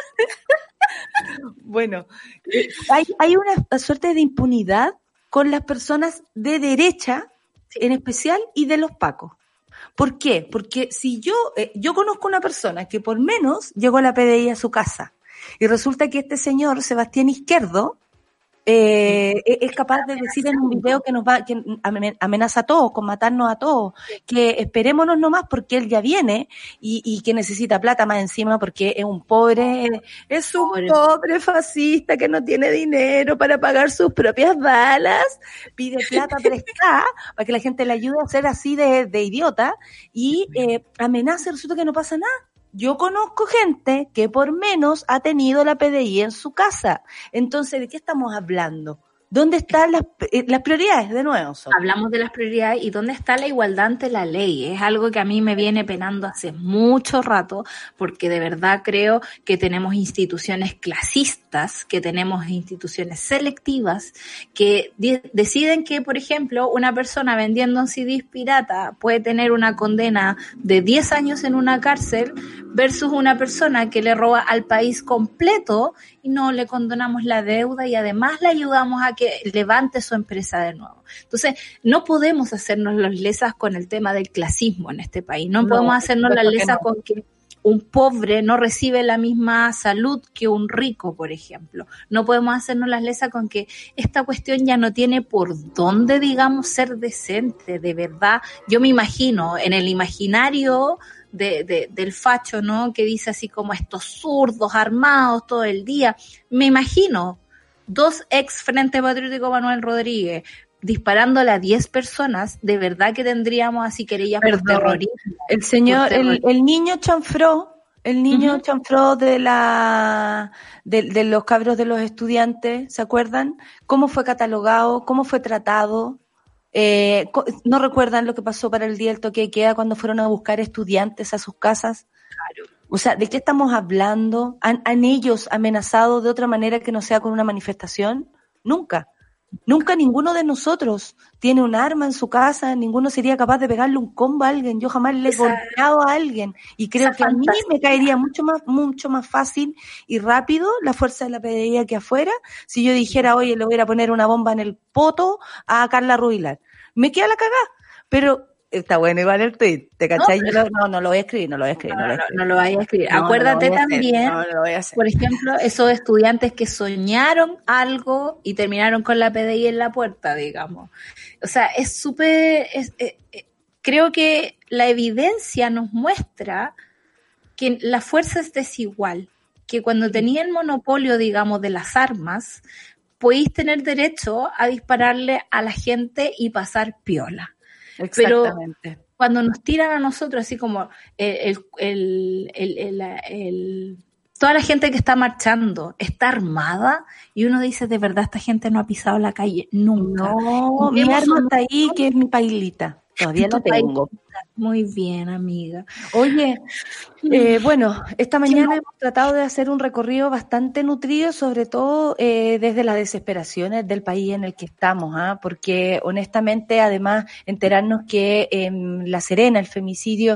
Bueno, hay una suerte de impunidad con las personas de derecha, en especial, y de los pacos. ¿Por qué? Porque si yo conozco una persona que por menos llegó a la PDI a su casa Y resulta que este señor, Sebastián Izquierdo, es capaz de decir en un video que amenaza a todos, con matarnos a todos, que esperémonos nomás porque él ya viene y que necesita plata más encima porque es un pobre fascista que no tiene dinero para pagar sus propias balas, pide plata prestada para que la gente le ayude a ser así de idiota y amenaza y resulta que no pasa nada. Yo conozco gente que por menos ha tenido la PDI en su casa. Entonces, ¿de qué estamos hablando? ¿Dónde están las prioridades? De nuevo. Hablamos de las prioridades y dónde está la igualdad ante la ley. Es algo que a mí me viene penando hace mucho rato, porque de verdad creo que tenemos instituciones clasistas, que tenemos instituciones selectivas, que deciden que, por ejemplo, una persona vendiendo un CD pirata puede tener una condena de 10 años en una cárcel versus una persona que le roba al país completo y no le condonamos la deuda y además le ayudamos a que levante su empresa de nuevo. Entonces, no podemos hacernos las lesas con el tema del clasismo en este país. No podemos hacernos las lesas con que un pobre no recibe la misma salud que un rico, por ejemplo. No podemos hacernos las lesas con que esta cuestión ya no tiene por dónde, digamos, ser decente, de verdad. Yo me imagino, en el imaginario del facho, ¿no? Que dice así como estos zurdos armados todo el día. Me imagino 2 ex Frente Patriótico Manuel Rodríguez disparándole a 10 personas, de verdad que tendríamos así querellas por terrorismo. El señor, el niño chanfró, chanfró de los cabros de los estudiantes, ¿se acuerdan? ¿Cómo fue catalogado? ¿Cómo fue tratado? ¿No recuerdan lo que pasó para el día del toque de queda cuando fueron a buscar estudiantes a sus casas? Claro. O sea, ¿de qué estamos hablando? ¿Han ellos amenazado de otra manera que no sea con una manifestación? Nunca. Nunca ninguno de nosotros tiene un arma en su casa, ninguno sería capaz de pegarle un combo a alguien. Yo jamás le he golpeado a alguien y creo que a mí me caería mucho más fácil y rápido la fuerza de la PDI aquí afuera si yo dijera, oye, le voy a ir a poner una bomba en el poto a Carla Rubilar. Me queda la cagá, pero está bueno igual el tweet, ¿te cachai? No lo voy a escribir. No lo vayas a escribir. Acuérdate también, por ejemplo, esos estudiantes que soñaron algo y terminaron con la PDI en la puerta, digamos. O sea, es súper... creo que la evidencia nos muestra que la fuerza es desigual, que cuando tenía el monopolio, digamos, de las armas, podéis tener derecho a dispararle a la gente y pasar piola. Exactamente. Pero cuando nos tiran a nosotros así como toda la gente que está marchando está armada y uno dice, de verdad, esta gente no ha pisado la calle nunca. No, mi arma está ahí, que es mi pailita. Todavía lo tengo. Muy bien, amiga. Oye, bueno, esta mañana hemos tratado de hacer un recorrido bastante nutrido, sobre todo desde las desesperaciones del país en el que estamos, porque honestamente, además, enterarnos que en La Serena, el femicidio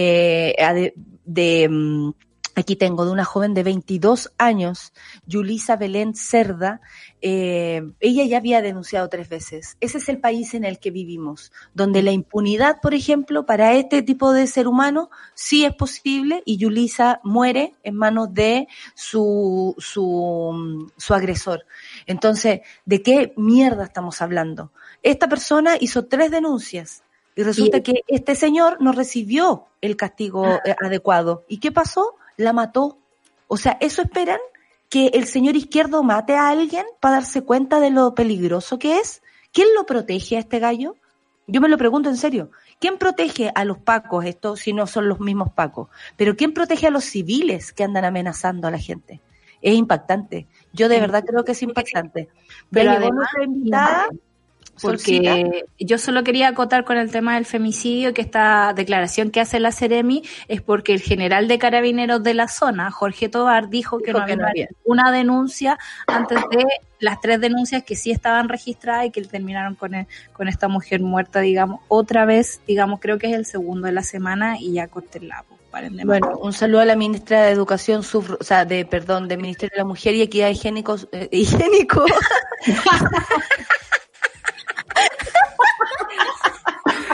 aquí tengo, de una joven de 22 años, Yulisa Belén Cerda, ella ya había denunciado 3 veces. Ese es el país en el que vivimos, donde la impunidad, por ejemplo, para este tipo de ser humano sí es posible y Yulisa muere en manos de su agresor. Entonces, ¿de qué mierda estamos hablando? Esta persona hizo 3 denuncias y resulta que este señor no recibió el castigo adecuado. ¿Y qué pasó? La mató. O sea, ¿eso esperan? ¿Que el señor Izquierdo mate a alguien para darse cuenta de lo peligroso que es? ¿Quién lo protege a este gallo? Yo me lo pregunto en serio. ¿Quién protege a los pacos esto si no son los mismos pacos? Pero ¿quién protege a los civiles que andan amenazando a la gente? Es impactante. Yo de verdad creo que es impactante. Pero además, invitada, porque yo solo quería acotar con el tema del femicidio que esta declaración que hace la Seremi es porque el general de carabineros de la zona, Jorge Tobar, dijo que no había una denuncia antes de las 3 denuncias que sí estaban registradas y que terminaron con esta mujer muerta, digamos, otra vez, digamos, creo que es el segundo de la semana y ya corté el lago. Bueno, un saludo a la ministra de Educación, del Ministerio de la Mujer y Equidad Higiénico.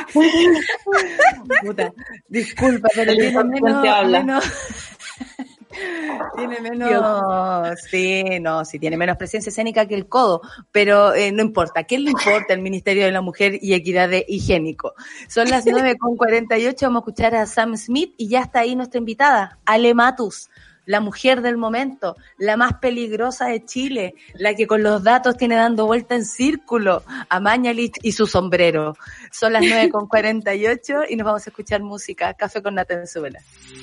Puta, disculpa, pero tiene Tiene menos, sí, tiene menos presencia escénica que el codo, pero no importa. ¿Qué le importa el Ministerio de la Mujer y Equidad de Higiénico? Son las 9:48, vamos a escuchar a Sam Smith y ya está ahí nuestra invitada, Ale Matus, la mujer del momento, la más peligrosa de Chile, la que con los datos tiene dando vuelta en círculo a Mañalich y su sombrero. Son las 9:48 y nos vamos a escuchar música. Café con Nata en Suela.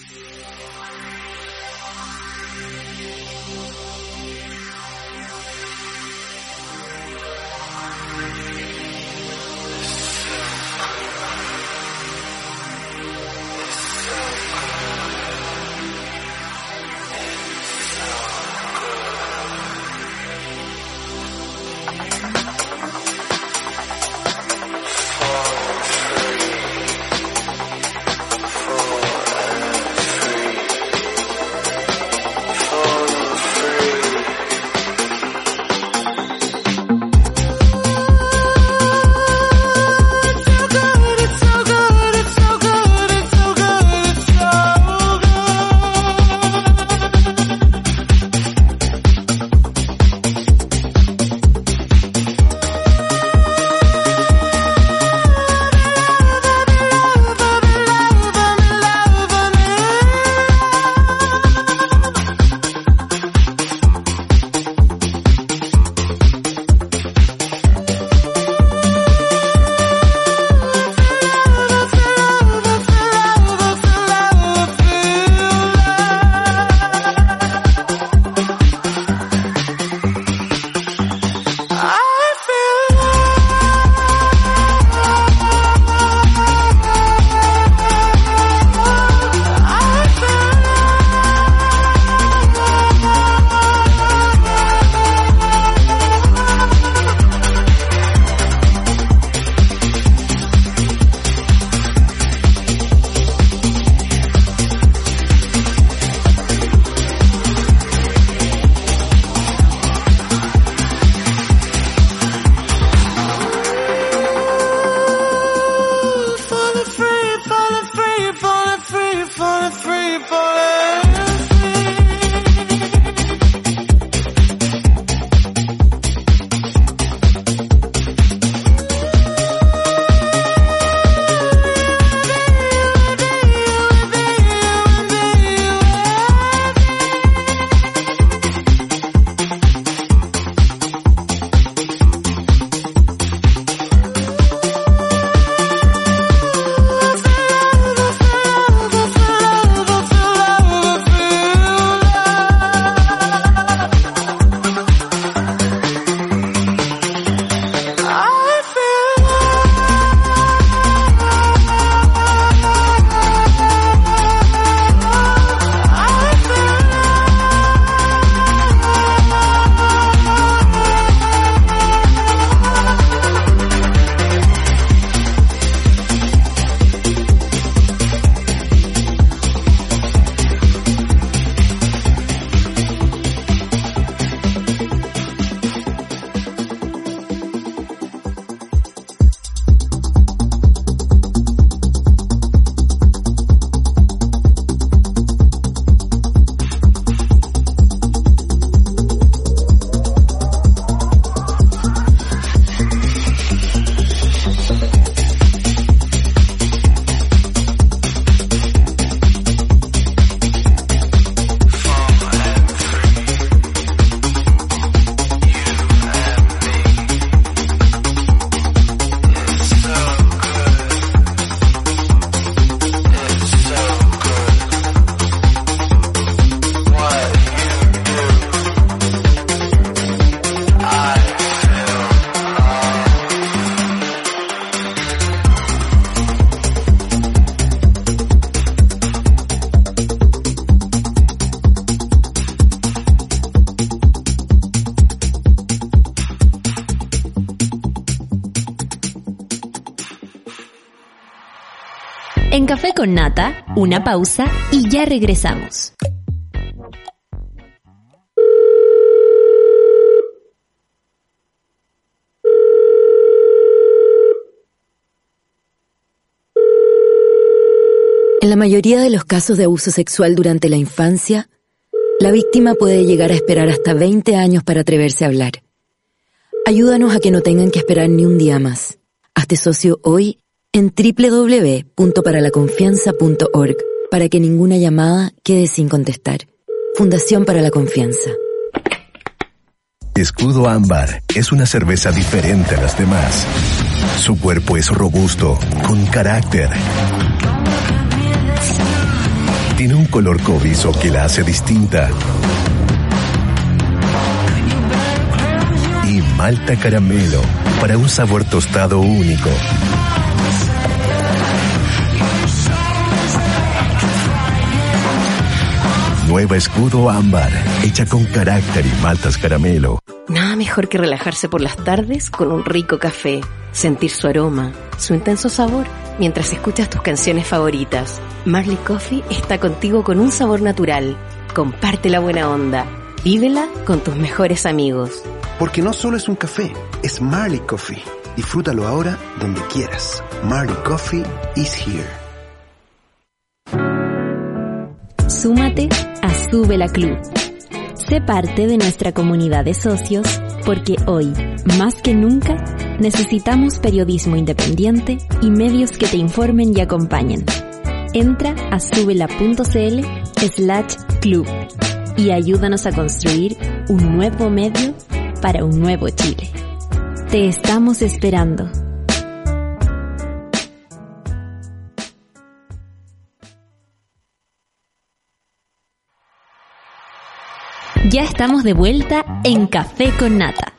En Café con Nata, una pausa y ya regresamos. En la mayoría de los casos de abuso sexual durante la infancia, La víctima puede llegar a esperar hasta 20 años para atreverse a hablar. Ayúdanos a que no tengan que esperar ni un día más. Hazte socio hoy en www.paralaconfianza.org para que ninguna llamada quede sin contestar. Fundación para la Confianza. Escudo Ámbar es una cerveza diferente a las demás. Su cuerpo es robusto, con carácter. Tiene un color cobrizo que la hace distinta. Y malta caramelo para un sabor tostado único. Nueva Escudo Ámbar, hecha con carácter y maltas caramelo. Nada mejor que relajarse por las tardes con un rico café, sentir su aroma, su intenso sabor, mientras escuchas tus canciones favoritas. Marley Coffee está contigo con un sabor natural. Comparte la buena onda. Vívela con tus mejores amigos. Porque no solo es un café, es Marley Coffee. Disfrútalo ahora donde quieras. Marley Coffee is here. Súmate a Sube la Club. Sé parte de nuestra comunidad de socios porque hoy, más que nunca, necesitamos periodismo independiente y medios que te informen y acompañen. Entra a subela.cl/club y ayúdanos a construir un nuevo medio para un nuevo Chile. Te estamos esperando. Ya estamos de vuelta en Café con Nata.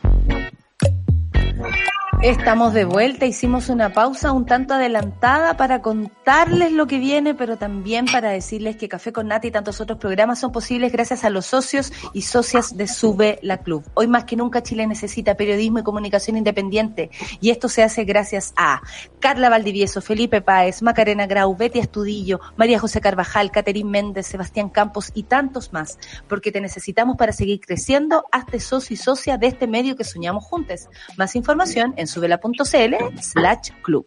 Estamos de vuelta, hicimos una pausa un tanto adelantada para contarles lo que viene, pero también para decirles que Café con Nata y tantos otros programas son posibles gracias a los socios y socias de Sube la Club. Hoy más que nunca Chile necesita periodismo y comunicación independiente, y esto se hace gracias a Carla Valdivieso, Felipe Páez, Macarena Grau, Betty Astudillo, María José Carvajal, Caterín Méndez, Sebastián Campos y tantos más, porque te necesitamos para seguir creciendo. Hazte socio y socia de este medio que soñamos juntos. Más información en subela.cl/club.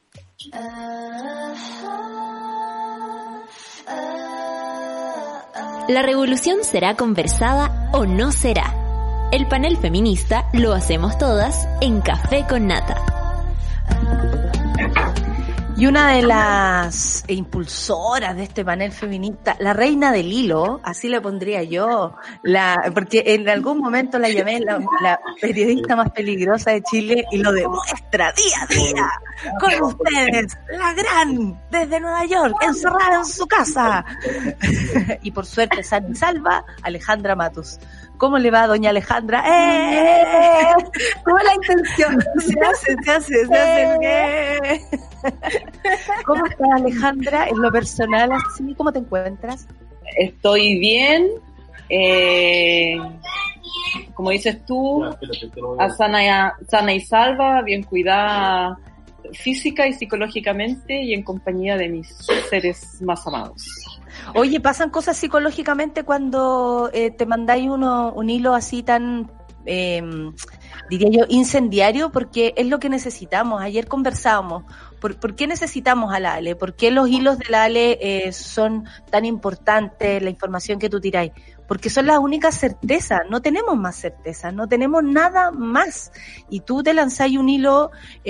La revolución será conversada o no será. El panel feminista lo hacemos todas en Café con Nata. Y una de las impulsoras de este panel feminista, la reina del hilo, así le pondría yo, porque en algún momento la llamé la periodista más peligrosa de Chile y lo demuestra día a día. Con ustedes, la gran, desde Nueva York, encerrada en su casa. Y por suerte, sana y salva, Alejandra Matus. ¿Cómo le va, doña Alejandra? ¿Cómo la intención? Se hace. ¿Cómo estás, Alejandra? En lo personal, así, ¿cómo te encuentras? Estoy bien. Como dices tú, sana y salva, bien cuidada física y psicológicamente y en compañía de mis seres más amados. Oye, ¿pasan cosas psicológicamente cuando te mandáis un hilo así tan, diría yo, incendiario? Porque es lo que necesitamos. Ayer conversábamos. ¿Por qué necesitamos a la Ale? ¿Por qué los hilos de la Ale son tan importantes, la información que tú tiráis? Porque son las únicas certezas, no tenemos más certezas, no tenemos nada más. Y tú te lanzáis un hilo,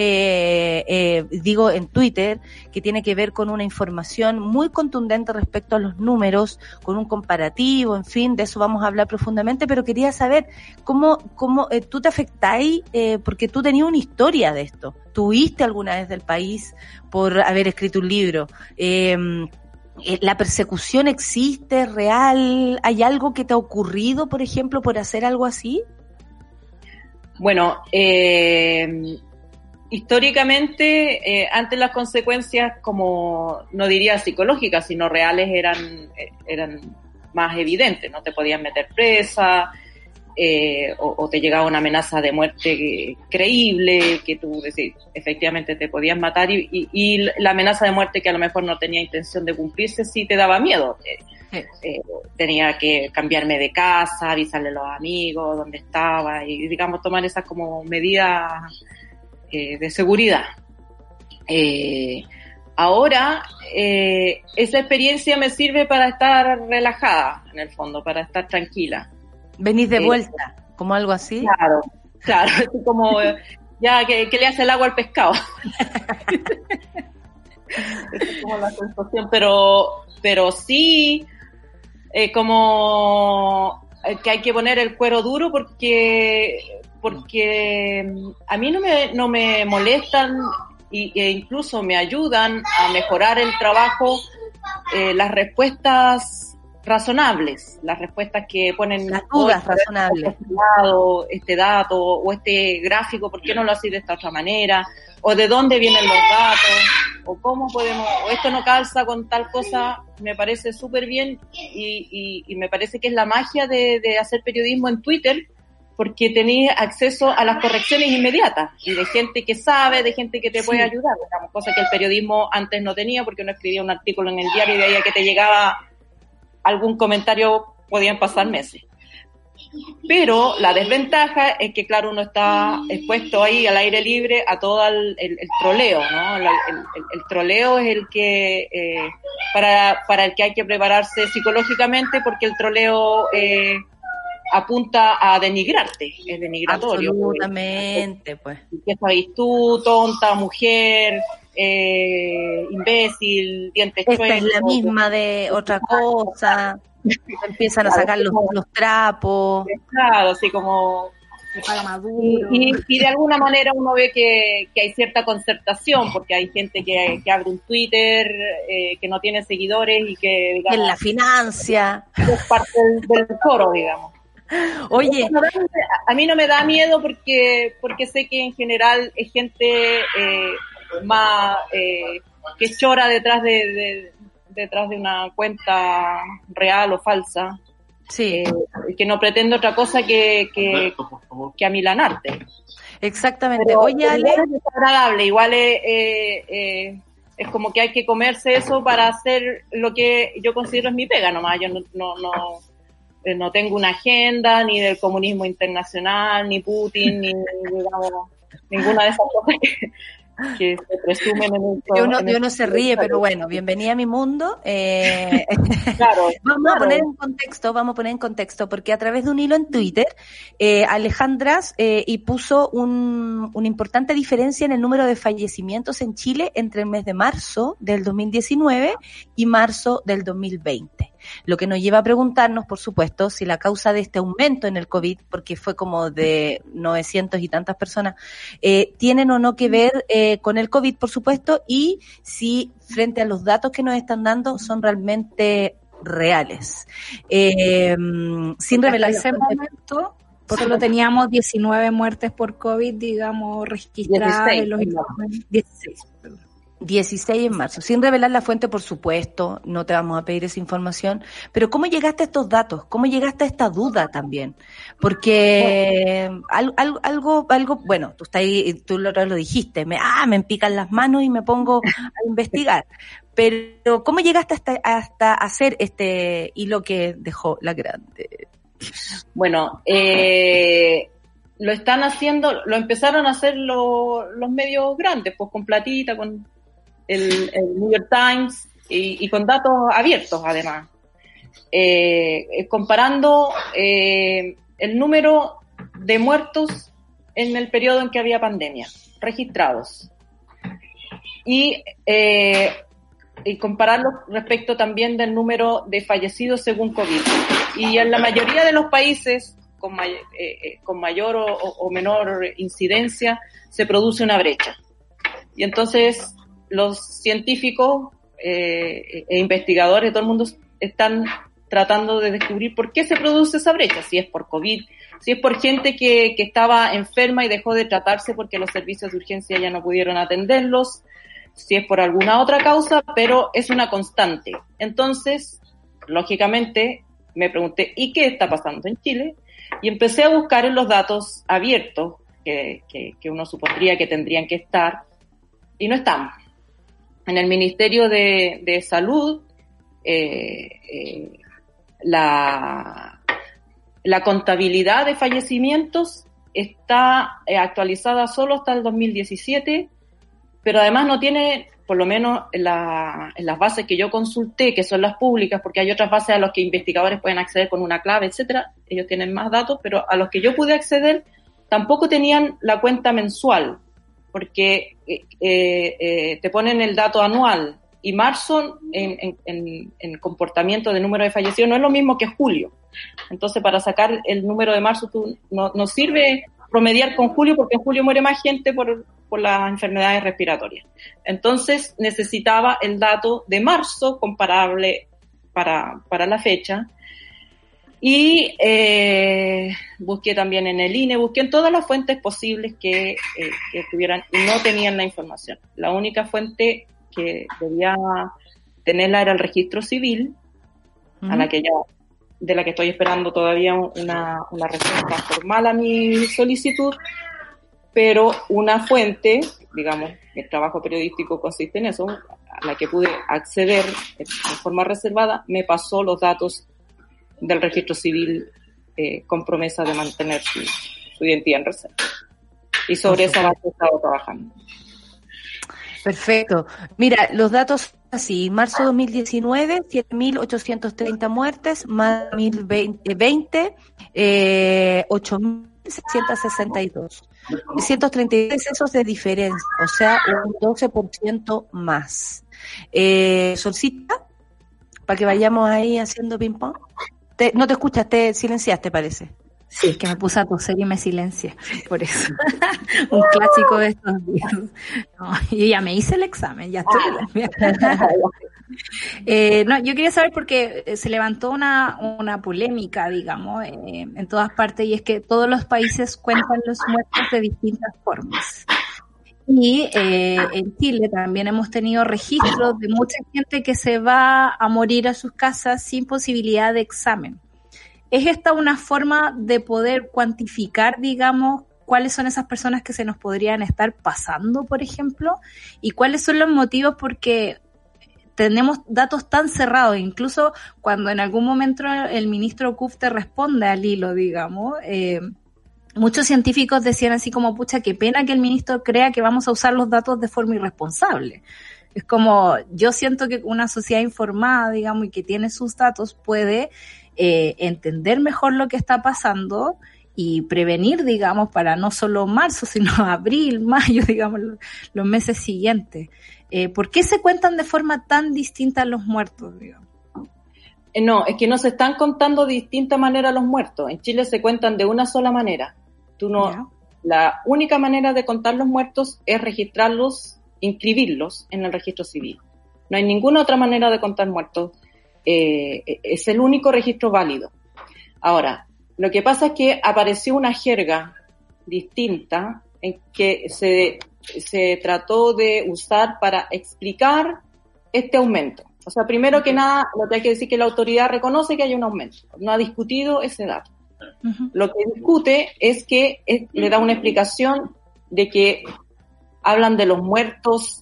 digo en Twitter, que tiene que ver con una información muy contundente respecto a los números, con un comparativo, en fin, de eso vamos a hablar profundamente, pero quería saber cómo tú te afectáis, porque tú tenías una historia de esto. ¿Tú huiste alguna vez del país por haber escrito un libro? ¿La persecución existe, real? ¿Hay algo que te ha ocurrido, por ejemplo, por hacer algo así? Bueno, históricamente, antes las consecuencias, como no diría psicológicas, sino reales, eran más evidentes. No te podían meter presa, o te llegaba una amenaza de muerte creíble, que tú decís, efectivamente te podían matar, y la amenaza de muerte que a lo mejor no tenía intención de cumplirse sí te daba miedo. Tenía que cambiarme de casa, avisarle a los amigos dónde estaba y, digamos, tomar esas como medidas de seguridad. Ahora, esa experiencia me sirve para estar relajada, en el fondo, para estar tranquila. Venís de vuelta, como algo así. Claro, así como ya que le hace el agua al pescado. Es como la sensación, pero sí, como que hay que poner el cuero duro porque a mí no me molestan e incluso me ayudan a mejorar el trabajo las respuestas razonables, las respuestas que ponen las dudas razonables, este dato o este gráfico, ¿por qué no lo haces de esta otra manera? O de dónde vienen los datos, o cómo podemos, o esto no calza con tal cosa. Me parece súper bien y me parece que es la magia de hacer periodismo en Twitter, porque tenés acceso a las correcciones inmediatas y de gente que sabe, de gente que te puede ayudar, digamos, cosa que el periodismo antes no tenía, porque uno escribía un artículo en el diario y de ahí a que te llegaba algún comentario podían pasar meses. Pero la desventaja es que, claro, uno está expuesto ahí al aire libre a todo el troleo, ¿no? El troleo es el que, para el que hay que prepararse psicológicamente, porque el troleo apunta a denigrarte, es denigratorio. Absolutamente, pues. ¿Qué sabes tú, tonta, mujer, imbécil, dientes chuecos? Esta es la misma de otra cosa. Empiezan a sacar los trapos. Claro, así como... Y de alguna manera uno ve que hay cierta concertación, porque hay gente que abre un Twitter, que no tiene seguidores y que, digamos, en la financia. Es parte del foro, digamos. Oye, a mí no me da miedo porque sé que en general es gente más que chora detrás de una cuenta real o falsa, que no pretende otra cosa que amilanarte. Exactamente. Pero, oye, Ale, es desagradable, igual es como que hay que comerse eso para hacer lo que yo considero es mi pega nomás. Yo no tengo una agenda ni del comunismo internacional, ni Putin, ni digamos, ninguna de esas cosas que se presumen en el... Yo no se ríe, pero bueno, bienvenida a mi mundo. Claro, vamos a poner en contexto, porque a través de un hilo en Twitter, Alejandras y puso una importante diferencia en el número de fallecimientos en Chile entre el mes de marzo del 2019 y marzo del 2020. Lo que nos lleva a preguntarnos, por supuesto, si la causa de este aumento en el COVID, porque fue como de 900 y tantas personas, tienen o no que ver con el COVID, por supuesto, y si frente a los datos que nos están dando son realmente reales. Sin revelar ese momento, solo teníamos 19 muertes por COVID, digamos, registradas en los 16 en marzo. Sin revelar la fuente, por supuesto, no te vamos a pedir esa información, pero ¿cómo llegaste a estos datos? ¿Cómo llegaste a esta duda también? Porque algo, bueno, tú lo dijiste, me empican las manos y me pongo a investigar, pero ¿cómo llegaste hasta hacer este hilo que dejó la grande? Bueno, lo están haciendo, lo empezaron a hacer los medios grandes, pues con platita, con el New York Times y con datos abiertos además, comparando el número de muertos en el periodo en que había pandemia registrados y compararlo respecto también del número de fallecidos según COVID. Y en la mayoría de los países con mayor o menor incidencia se produce una brecha. Y entonces los científicos e investigadores, todo el mundo están tratando de descubrir por qué se produce esa brecha, si es por COVID, si es por gente que estaba enferma y dejó de tratarse porque los servicios de urgencia ya no pudieron atenderlos, si es por alguna otra causa, pero es una constante. Entonces, lógicamente, me pregunté, ¿y qué está pasando en Chile? Y empecé a buscar en los datos abiertos que uno supondría que tendrían que estar, y no están. En el Ministerio de Salud, la contabilidad de fallecimientos está actualizada solo hasta el 2017, pero además no tiene por lo menos en las bases que yo consulté, que son las públicas, porque hay otras bases a las que investigadores pueden acceder con una clave, etcétera, ellos tienen más datos, pero a los que yo pude acceder tampoco tenían la cuenta mensual, porque te ponen el dato anual, y marzo en comportamiento de número de fallecidos no es lo mismo que julio. Entonces, para sacar el número de marzo no sirve promediar con julio, porque en julio muere más gente por las enfermedades respiratorias. Entonces, necesitaba el dato de marzo comparable para la fecha. Y busqué también en el INE, busqué en todas las fuentes posibles que tuvieran, y no tenían la información. La única fuente que debía tenerla era el registro civil, de la que estoy esperando todavía una respuesta formal a mi solicitud, pero una fuente, digamos, el trabajo periodístico consiste en eso, a la que pude acceder de forma reservada, me pasó los datos del registro civil con promesa de mantener su identidad en reserva. Y sobre esa base he estado trabajando. Perfecto. Mira, los datos así, marzo 2019, 7.830 muertes, más 2020, 8.662. 633 decesos de diferencia, o sea, un 12% más. Solcita, para que vayamos ahí haciendo ping-pong. No te escuchas, te silenciaste, parece. Sí, es que me puse a toser y me silencié, por eso. Un clásico de estos días. No, yo ya me hice el examen, ya estoy. No, yo quería saber porque se levantó una polémica, digamos, en todas partes, y es que todos los países cuentan los muertos de distintas formas. Y en Chile también hemos tenido registros de mucha gente que se va a morir a sus casas sin posibilidad de examen. ¿Es esta una forma de poder cuantificar, digamos, cuáles son esas personas que se nos podrían estar pasando, por ejemplo? ¿Y cuáles son los motivos? Porque tenemos datos tan cerrados, incluso cuando en algún momento el ministro Kufte responde al hilo, digamos, muchos científicos decían así como, pucha, qué pena que el ministro crea que vamos a usar los datos de forma irresponsable. Es como, yo siento que una sociedad informada, digamos, y que tiene sus datos puede entender mejor lo que está pasando y prevenir, digamos, para no solo marzo, sino abril, mayo, digamos, los meses siguientes. ¿Por qué se cuentan de forma tan distinta los muertos, digamos? No, es que no se están contando de distinta manera los muertos. En Chile se cuentan de una sola manera. La única manera de contar los muertos es registrarlos, inscribirlos en el registro civil. No hay ninguna otra manera de contar muertos. Es el único registro válido. Ahora, lo que pasa es que apareció una jerga distinta en que se trató de usar para explicar este aumento. O sea, primero que nada, lo que hay que decir es que la autoridad reconoce que hay un aumento, no ha discutido ese dato. Uh-huh. Lo que discute es que le da una explicación de que hablan de los muertos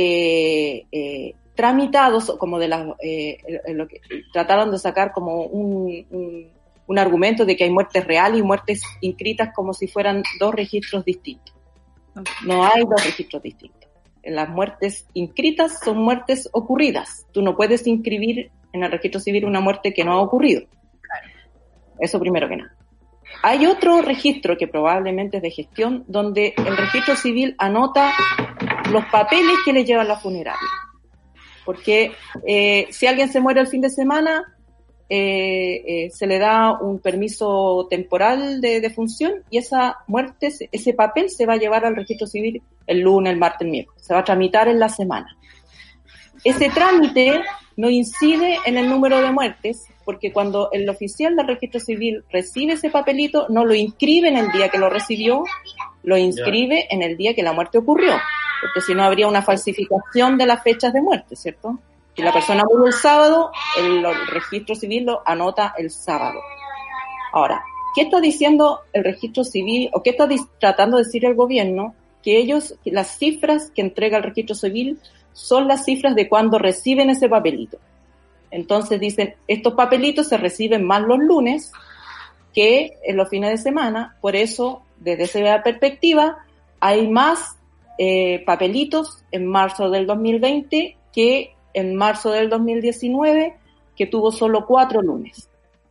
tramitados, como de lo que trataron de sacar como un argumento de que hay muertes reales y muertes inscritas como si fueran dos registros distintos. No hay dos registros distintos. Las muertes inscritas son muertes ocurridas. Tú no puedes inscribir en el registro civil una muerte que no ha ocurrido. Claro. Eso primero que nada. Hay otro registro que probablemente es de gestión, donde el registro civil anota los papeles que le llevan la funeraria. Porque si alguien se muere el fin de semana, se le da un permiso temporal de defunción y esa muerte, ese papel se va a llevar al registro civil el lunes, el martes, el miércoles. Se va a tramitar en la semana. Ese trámite no incide en el número de muertes, porque cuando el oficial del registro civil recibe ese papelito, no lo inscribe en el día que lo recibió, lo inscribe en el día que la muerte ocurrió, porque si no habría una falsificación de las fechas de muerte, ¿cierto? Si la persona murió el sábado, el registro civil lo anota el sábado. Ahora, ¿qué está diciendo el registro civil o qué está tratando de decir el gobierno? Que las cifras que entrega el registro civil son las cifras de cuando reciben ese papelito. Entonces dicen, estos papelitos se reciben más los lunes que en los fines de semana, por eso, desde esa perspectiva, hay más papelitos en marzo del 2020 que en marzo del 2019, que tuvo solo 4 lunes.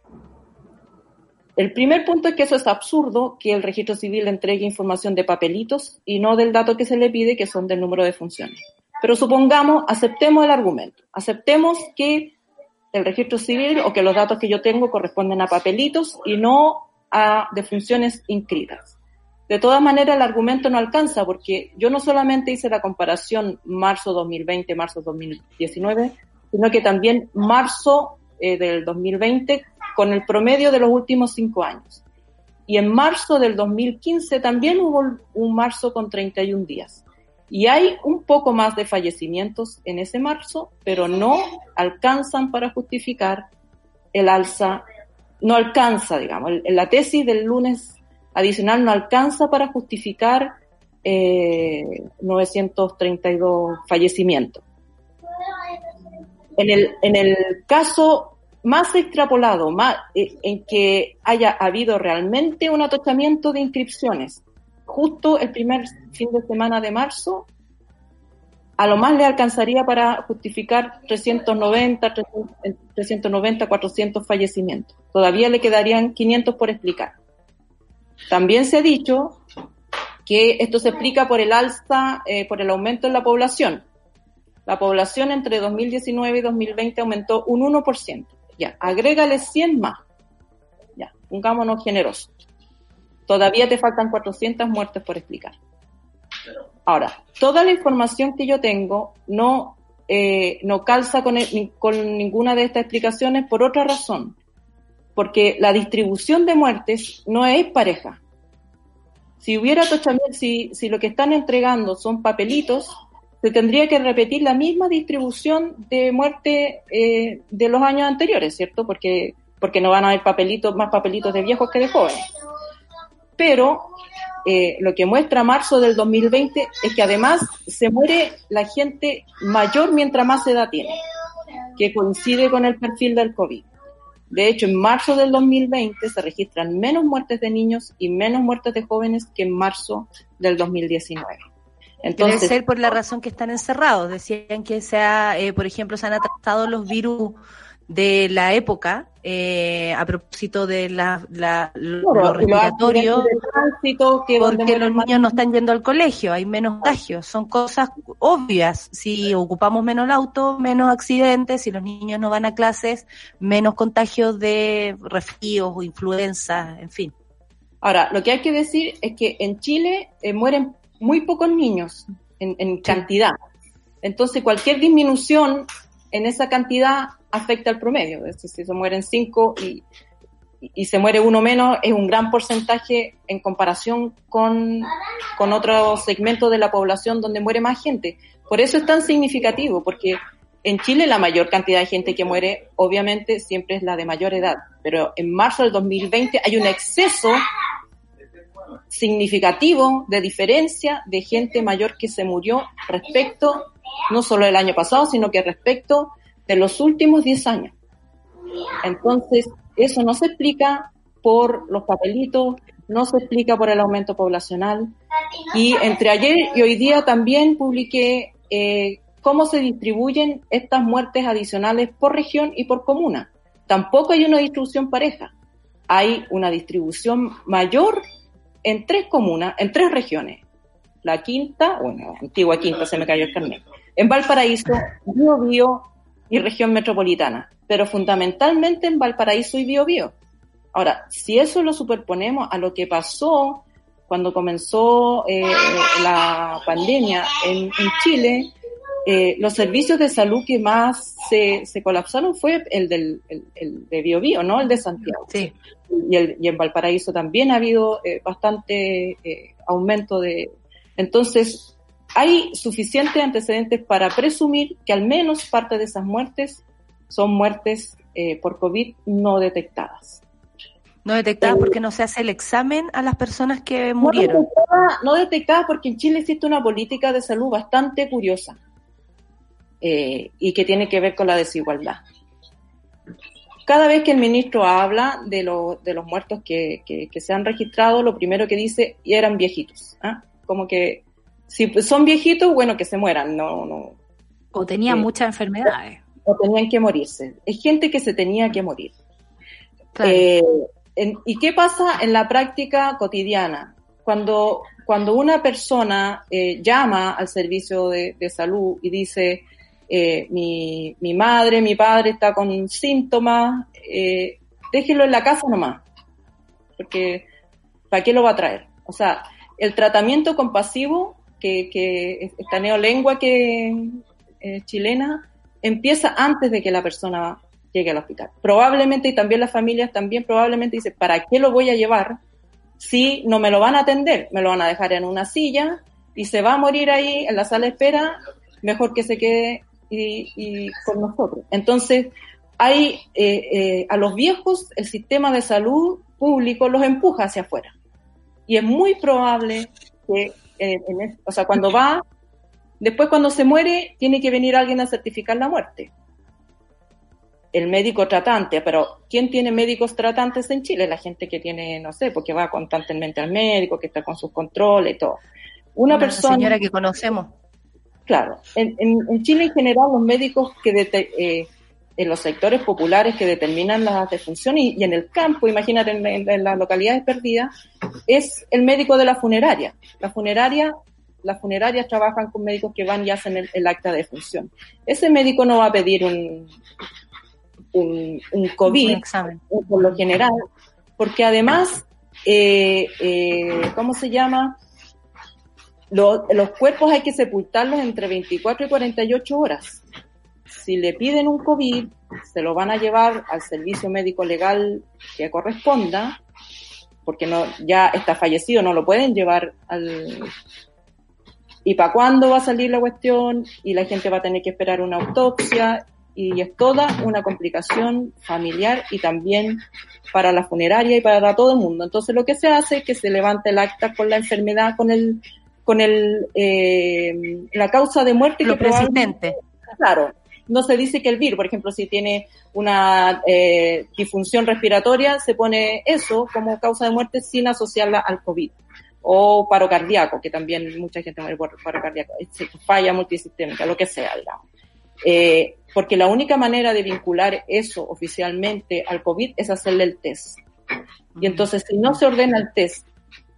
El primer punto es que eso es absurdo, que el registro civil entregue información de papelitos y no del dato que se le pide, que son del número de funciones. Pero supongamos, aceptemos el argumento, aceptemos que el registro civil o que los datos que yo tengo corresponden a papelitos y no a defunciones inscritas. De todas maneras, el argumento no alcanza porque yo no solamente hice la comparación marzo 2020, marzo 2019, sino que también marzo del 2020 con el promedio de los últimos 5 años. Y en marzo del 2015 también hubo un marzo con 31 días. Y hay un poco más de fallecimientos en ese marzo, pero no alcanzan para justificar el alza, no alcanza, digamos, la tesis del lunes adicional no alcanza para justificar 932 fallecimientos. En el caso más extrapolado, en que haya habido realmente un atochamiento de inscripciones, justo el primer fin de semana de marzo, a lo más le alcanzaría para justificar 390, 400 fallecimientos. Todavía le quedarían 500 por explicar. También se ha dicho que esto se explica por el alza, por el aumento en la población. La población entre 2019 y 2020 aumentó un 1%. Ya, agrégale 100 más. Ya, pongámonos generosos. Todavía te faltan 400 muertes por explicar. Ahora, toda la información que yo tengo no calza con ninguna de estas explicaciones por otra razón. Porque la distribución de muertes no es pareja. Si hubiera atochamiento, si lo que están entregando son papelitos, se tendría que repetir la misma distribución de muerte de los años anteriores, ¿cierto? Porque no van a haber más papelitos de viejos que de jóvenes. Pero lo que muestra marzo del 2020 es que además se muere la gente mayor mientras más edad tiene, que coincide con el perfil del COVID. De hecho, en marzo del 2020 se registran menos muertes de niños y menos muertes de jóvenes que en marzo del 2019. Entonces, debe ser por la razón que están encerrados. Decían que por ejemplo, se han atrasado los virus de la época a propósito de los respiratorios, porque los niños no están yendo al colegio, hay menos contagios. Son cosas obvias. Si ocupamos menos el auto, menos accidentes. Si los niños no van a clases, menos contagios de resfríos o influenza, en fin. Ahora, lo que hay que decir es que en Chile mueren muy pocos niños en cantidad. Entonces, cualquier disminución en esa cantidad afecta al promedio. Si se mueren 5 y se muere uno menos, es un gran porcentaje en comparación con otros segmentos de la población donde muere más gente. Por eso es tan significativo, porque en Chile la mayor cantidad de gente que muere, obviamente, siempre es la de mayor edad. Pero en marzo del 2020 hay un exceso significativo de diferencia de gente mayor que se murió respecto, no solo del año pasado, sino que respecto de los últimos 10 años. Entonces, eso no se explica por los papelitos, no se explica por el aumento poblacional. Y entre ayer y hoy día también publiqué cómo se distribuyen estas muertes adicionales por región y por comuna. Tampoco hay una distribución pareja. Hay una distribución mayor en 3 comunas, en 3 regiones. La Quinta, antigua Quinta, se me cayó el carnet. En Valparaíso, Biobío y región metropolitana, pero fundamentalmente en Valparaíso y Biobío. Ahora, si eso lo superponemos a lo que pasó cuando comenzó la pandemia en Chile, los servicios de salud que más se colapsaron fue el de Biobío, ¿no? El de Santiago. Sí. Y en Valparaíso también ha habido bastante aumento de... Entonces, hay suficientes antecedentes para presumir que al menos parte de esas muertes son muertes por COVID no detectadas. No detectadas porque no se hace el examen a las personas que murieron. No detectadas porque en Chile existe una política de salud bastante curiosa y que tiene que ver con la desigualdad. Cada vez que el ministro habla de los muertos que se han registrado, lo primero que dice, y eran viejitos, ¿eh? Como que Si son viejitos, bueno, que se mueran, no. O tenían muchas enfermedades. O tenían que morirse. Es gente que se tenía que morir. Claro. ¿Y qué pasa en la práctica cotidiana? Cuando una persona llama al servicio de salud y dice, mi madre, mi padre está con síntomas, déjelo en la casa nomás, porque ¿para qué lo va a traer? O sea, el tratamiento compasivo, que esta neolengua chilena, empieza antes de que la persona llegue al hospital. Probablemente, y también las familias también probablemente dicen, ¿para qué lo voy a llevar si no me lo van a atender? Me lo van a dejar en una silla y se va a morir ahí en la sala de espera, mejor que se quede y con nosotros. Entonces, hay a los viejos el sistema de salud público los empuja hacia afuera. Y es muy probable que, o sea, cuando va, después cuando se muere, tiene que venir alguien a certificar la muerte. El médico tratante, pero ¿quién tiene médicos tratantes en Chile? La gente que tiene, no sé, porque va constantemente al médico, que está con sus controles y todo. Una persona, señora que conocemos. Claro, en Chile en general los médicos en los sectores populares que determinan la defunción y en el campo, imagínate en las localidades perdidas, es el médico de la funeraria. Las funerarias trabajan con médicos que van y hacen el acta de defunción. Ese médico no va a pedir un COVID, un examen, por lo general, porque además, ¿cómo se llama? Los cuerpos hay que sepultarlos entre 24 y 48 horas. Si le piden un COVID, se lo van a llevar al servicio médico legal que corresponda, porque ya está fallecido, no lo pueden llevar ¿Y para cuándo va a salir la cuestión? Y la gente va a tener que esperar una autopsia, y es toda una complicación familiar y también para la funeraria y para todo el mundo. Entonces lo que se hace es que se levanta el acta con la enfermedad, con la causa de muerte. Lo persistente. Claro, no se dice que el virus, por ejemplo, si tiene una disfunción respiratoria, se pone eso como causa de muerte sin asociarla al COVID. O paro cardíaco, que también mucha gente muere por paro cardíaco, falla multisistémica, lo que sea, digamos. Porque la única manera de vincular eso oficialmente al COVID es hacerle el test. Y entonces, si no se ordena el test,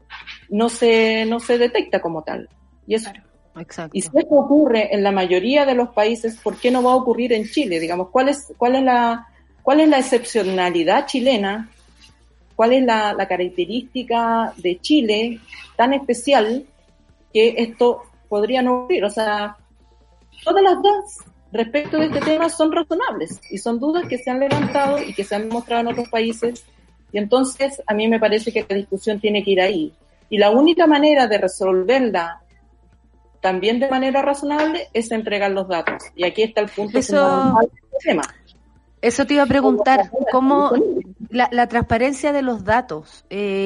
no se detecta como tal. Y eso, exacto. Y si eso ocurre en la mayoría de los países, ¿por qué no va a ocurrir en Chile? Digamos, ¿cuál es la excepcionalidad chilena? ¿Cuál es la característica de Chile tan especial que esto podría no ocurrir? O sea, todas las dudas respecto de este tema son razonables y son dudas que se han levantado y que se han mostrado en otros países, y entonces a mí me parece que la discusión tiene que ir ahí. Y la única manera de resolverla también de manera razonable es entregar los datos. Y aquí está el punto fundamental del tema. Eso te iba a preguntar, ¿cómo la transparencia de los datos?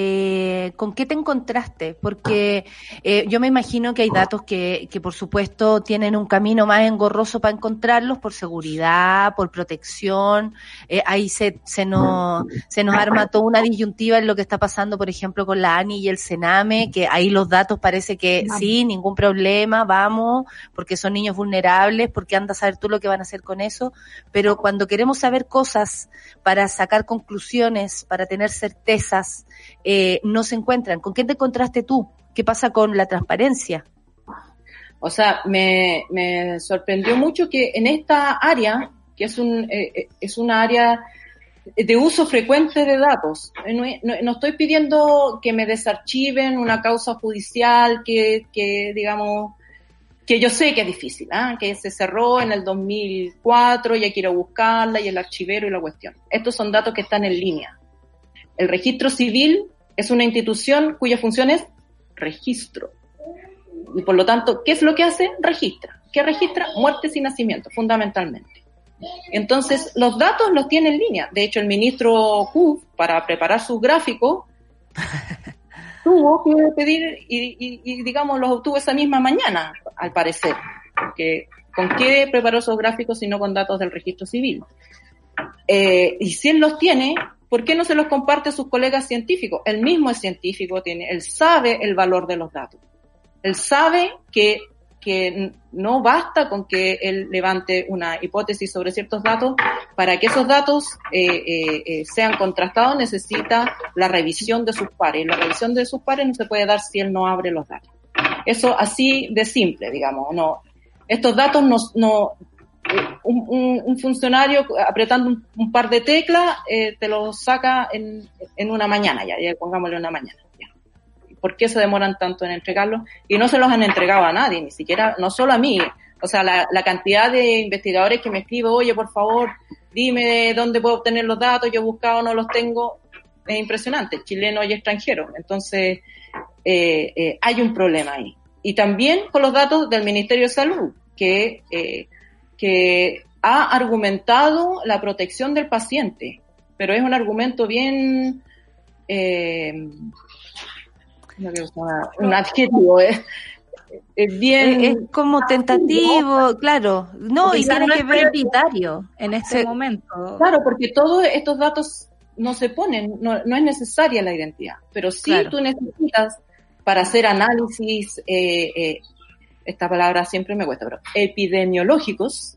¿Con qué te encontraste? Porque yo me imagino que hay datos que por supuesto tienen un camino más engorroso para encontrarlos, por seguridad, por protección. Ahí se nos arma toda una disyuntiva en lo que está pasando, por ejemplo, con la ANI y el Sename, que ahí los datos parece que sí, ningún problema, vamos, porque son niños vulnerables, porque anda a saber tú lo que van a hacer con eso. Pero cuando queremos saber cosas para sacar conclusiones, para tener certezas, no se encuentran. ¿Con qué te encontraste tú? ¿Qué pasa con la transparencia? O sea, me sorprendió mucho que en esta área, que es una área de uso frecuente de datos, no estoy pidiendo que me desarchiven una causa judicial que digamos, que yo sé que es difícil, que se cerró en el 2004 y hay que ir a buscarla y el archivero y la cuestión. Estos son datos que están en línea. El registro civil es una institución cuya función es registro. Y por lo tanto, ¿qué es lo que hace? Registra. ¿Qué registra? Muertes y nacimientos, fundamentalmente. Entonces, los datos los tiene en línea. De hecho, el ministro Kuf, para preparar sus gráficos, tuvo que pedir y digamos, los obtuvo esa misma mañana, al parecer. Porque, ¿con qué preparó esos gráficos si no con datos del registro civil? Y si él los tiene, ¿por qué no se los comparte a sus colegas científicos? Él mismo es científico, él sabe el valor de los datos. Él sabe que no basta con que él levante una hipótesis sobre ciertos datos. Para que esos datos sean contrastados, necesita la revisión de sus pares. La revisión de sus pares no se puede dar si él no abre los datos. Eso así de simple, digamos. No, estos datos un funcionario apretando un par de teclas te los saca en una mañana, ya pongámosle una mañana. Ya. ¿Por qué se demoran tanto en entregarlos? Y no se los han entregado a nadie, ni siquiera, no solo a mí. O sea, la cantidad de investigadores que me escriben, oye, por favor, dime dónde puedo obtener los datos, yo he buscado, no los tengo, es impresionante, chileno y extranjero. Entonces, hay un problema ahí. Y también con los datos del Ministerio de Salud, que ha argumentado la protección del paciente, pero es un argumento bien, un adjetivo, es bien... Es como tentativo, claro. No, y tiene no que es ver... prioritario en este momento. Claro, porque todos estos datos no se ponen, no es necesaria la identidad, pero sí tú necesitas para hacer análisis, esta palabra siempre me cuesta, pero epidemiológicos,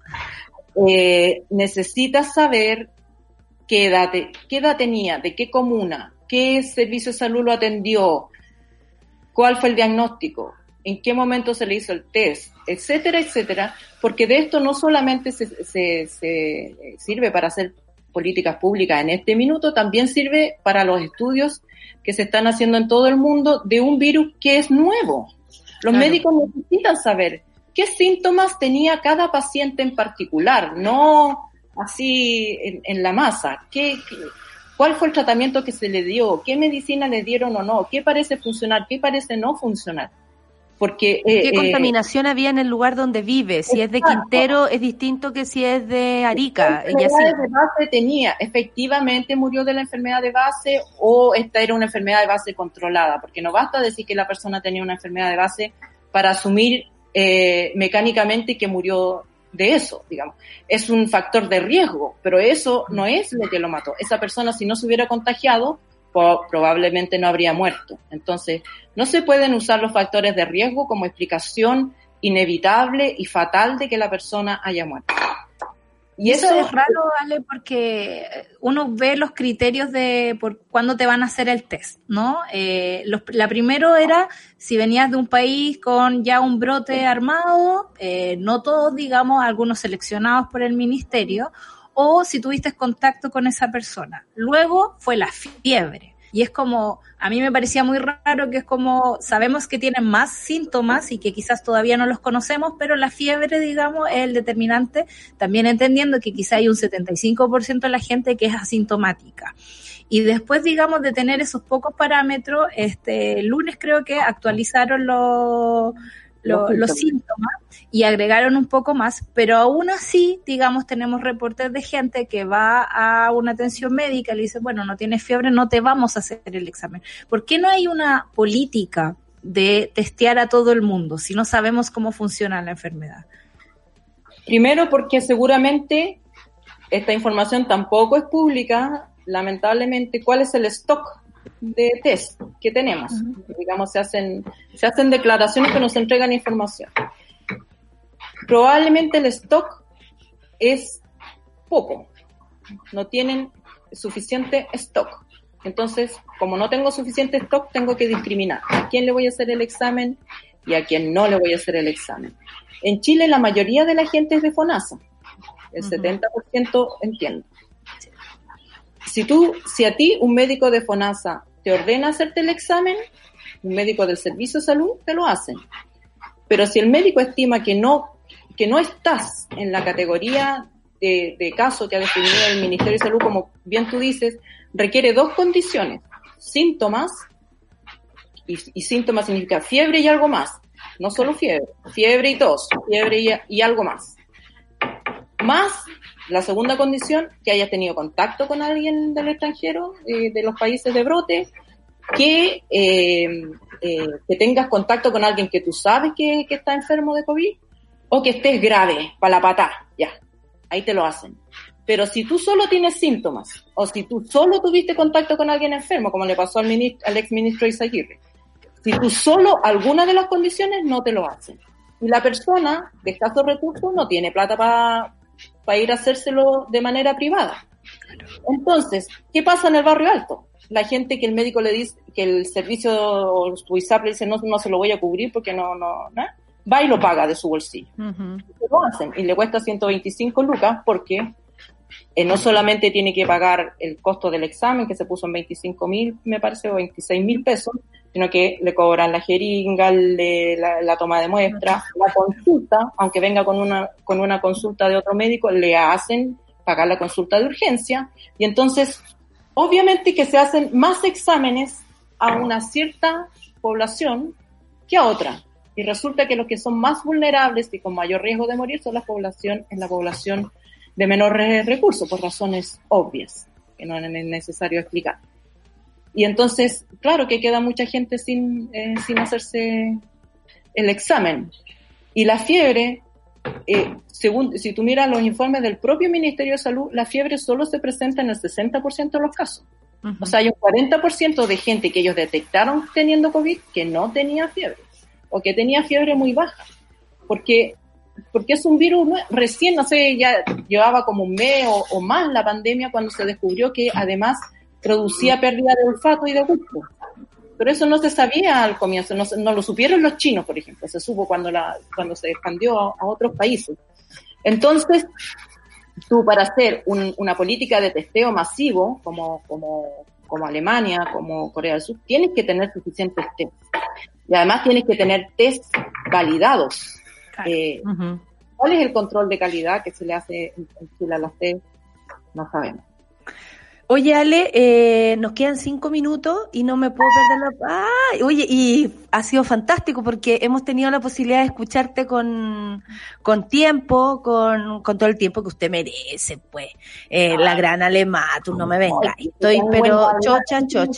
necesitas saber qué edad tenía, de qué comuna, qué servicio de salud lo atendió, cuál fue el diagnóstico, en qué momento se le hizo el test, etcétera, etcétera, porque de esto no solamente se sirve para hacer políticas públicas en este minuto, también sirve para los estudios que se están haciendo en todo el mundo de un virus que es nuevo. Los médicos necesitan saber qué síntomas tenía cada paciente en particular, no así en la masa. ¿Cuál fue el tratamiento que se le dio? ¿Qué medicina le dieron o no? ¿Qué parece funcionar? ¿Qué parece no funcionar? Porque ¿qué contaminación había en el lugar donde vive? Si es de Quintero es distinto que si es de Arica. ¿Qué enfermedad de base tenía? ¿Efectivamente murió de la enfermedad de base o esta era una enfermedad de base controlada? Porque no basta decir que la persona tenía una enfermedad de base para asumir mecánicamente que murió de eso, digamos. Es un factor de riesgo, pero eso no es lo que lo mató. Esa persona, si no se hubiera contagiado, probablemente no habría muerto. Entonces, no se pueden usar los factores de riesgo como explicación inevitable y fatal de que la persona haya muerto. Y eso es raro, Ale, porque uno ve los criterios de por cuándo te van a hacer el test, ¿no? La primero era si venías de un país con ya un brote armado, no todos, digamos, algunos seleccionados por el ministerio, o si tuviste contacto con esa persona. Luego fue la fiebre. Y es como, a mí me parecía muy raro que es como, sabemos que tienen más síntomas y que quizás todavía no los conocemos, pero la fiebre, digamos, es el determinante, también entendiendo que quizá hay un 75% de la gente que es asintomática. Y después, digamos, de tener esos pocos parámetros, el lunes creo que actualizaron los síntomas y agregaron un poco más, pero aún así, digamos, tenemos reportes de gente que va a una atención médica y le dice, bueno, no tienes fiebre, no te vamos a hacer el examen. ¿Por qué no hay una política de testear a todo el mundo si no sabemos cómo funciona la enfermedad? Primero porque seguramente esta información tampoco es pública, lamentablemente. ¿Cuál es el stock de test que tenemos? Digamos, se hacen declaraciones que nos entregan información. Probablemente el stock es poco, no tienen suficiente stock. Entonces, como no tengo suficiente stock, tengo que discriminar a quién le voy a hacer el examen y a quién no le voy a hacer el examen. En Chile la mayoría de la gente es de FONASA, el 70% entiendo. Si a ti un médico de FONASA te ordena hacerte el examen, un médico del servicio de salud te lo hacen. Pero si el médico estima que no estás en la categoría de caso que ha definido el Ministerio de Salud, como bien tú dices, requiere dos condiciones: síntomas, y síntomas significa fiebre y algo más, no solo fiebre y tos, fiebre y algo más. Más la segunda condición, que hayas tenido contacto con alguien del extranjero, de los países de brote, que tengas contacto con alguien que tú sabes que está enfermo de COVID, o que estés grave, para la patá, ya, ahí te lo hacen. Pero si tú solo tienes síntomas, o si tú solo tuviste contacto con alguien enfermo, como le pasó al exministro Izaguirre, Si tú solo alguna de las condiciones, no te lo hacen. Y la persona de escasos recursos no tiene plata para ir a hacérselo de manera privada. Entonces, ¿qué pasa en el barrio alto? La gente que el médico le dice, que el servicio o su ISAPRE le dice no se lo voy a cubrir porque no, va y lo paga de su bolsillo. Uh-huh. Lo hacen y le cuesta 125 lucas porque no solamente tiene que pagar el costo del examen, que se puso en 25.000, me parece, o 26.000 pesos, sino que le cobran la jeringa, la toma de muestra, la consulta, aunque venga con una consulta de otro médico, le hacen pagar la consulta de urgencia, y entonces, obviamente que se hacen más exámenes a una cierta población que a otra, y resulta que los que son más vulnerables y con mayor riesgo de morir son la población de menores recursos, por razones obvias, que no es necesario explicar. Y entonces, claro que queda mucha gente sin hacerse el examen. Y la fiebre, si tú miras los informes del propio Ministerio de Salud, la fiebre solo se presenta en el 60% de los casos. Uh-huh. O sea, hay un 40% de gente que ellos detectaron teniendo COVID que no tenía fiebre, o que tenía fiebre muy baja. Porque es un virus recién, no sé, ya llevaba como un mes o más la pandemia cuando se descubrió que además producía pérdida de olfato y de gusto. Pero eso no se sabía al comienzo, no lo supieron los chinos, por ejemplo, se supo cuando se expandió a otros países. Entonces, tú para hacer una política de testeo masivo, como Alemania, como Corea del Sur, tienes que tener suficientes test. Y además tienes que tener test validados. Uh-huh. ¿Cuál es el control de calidad que se le hace en Chile a los test? No sabemos. Oye, Ale, nos quedan 5 minutos y no me puedo perder la... ¡Ay! Oye, y ha sido fantástico porque hemos tenido la posibilidad de escucharte con tiempo, con todo el tiempo que usted merece, pues. La gran Alema, tú no me vengas. Estoy, pero chocha.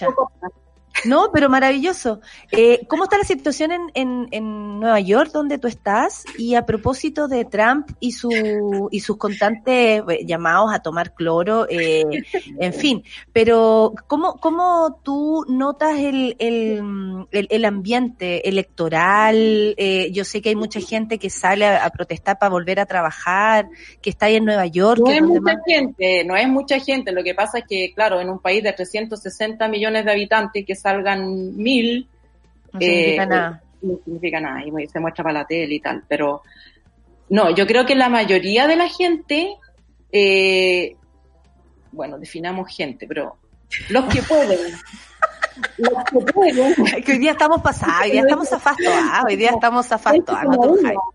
No, pero maravilloso. ¿Cómo está la situación en Nueva York, donde tú estás? Y a propósito de Trump y sus constantes llamados a tomar cloro, en fin. Pero, ¿cómo tú notas el ambiente electoral? Yo sé que hay mucha gente que sale a protestar para volver a trabajar, que está ahí en Nueva York. No es mucha gente. Lo que pasa es que, claro, en un país de 360 millones de habitantes, que salgan 1.000, no significa nada. No significa nada, y se muestra para la tele y tal, pero no, yo creo que la mayoría de la gente, bueno, definamos gente, pero los que pueden, es que hoy día estamos pasados, hoy día estamos zafastoados,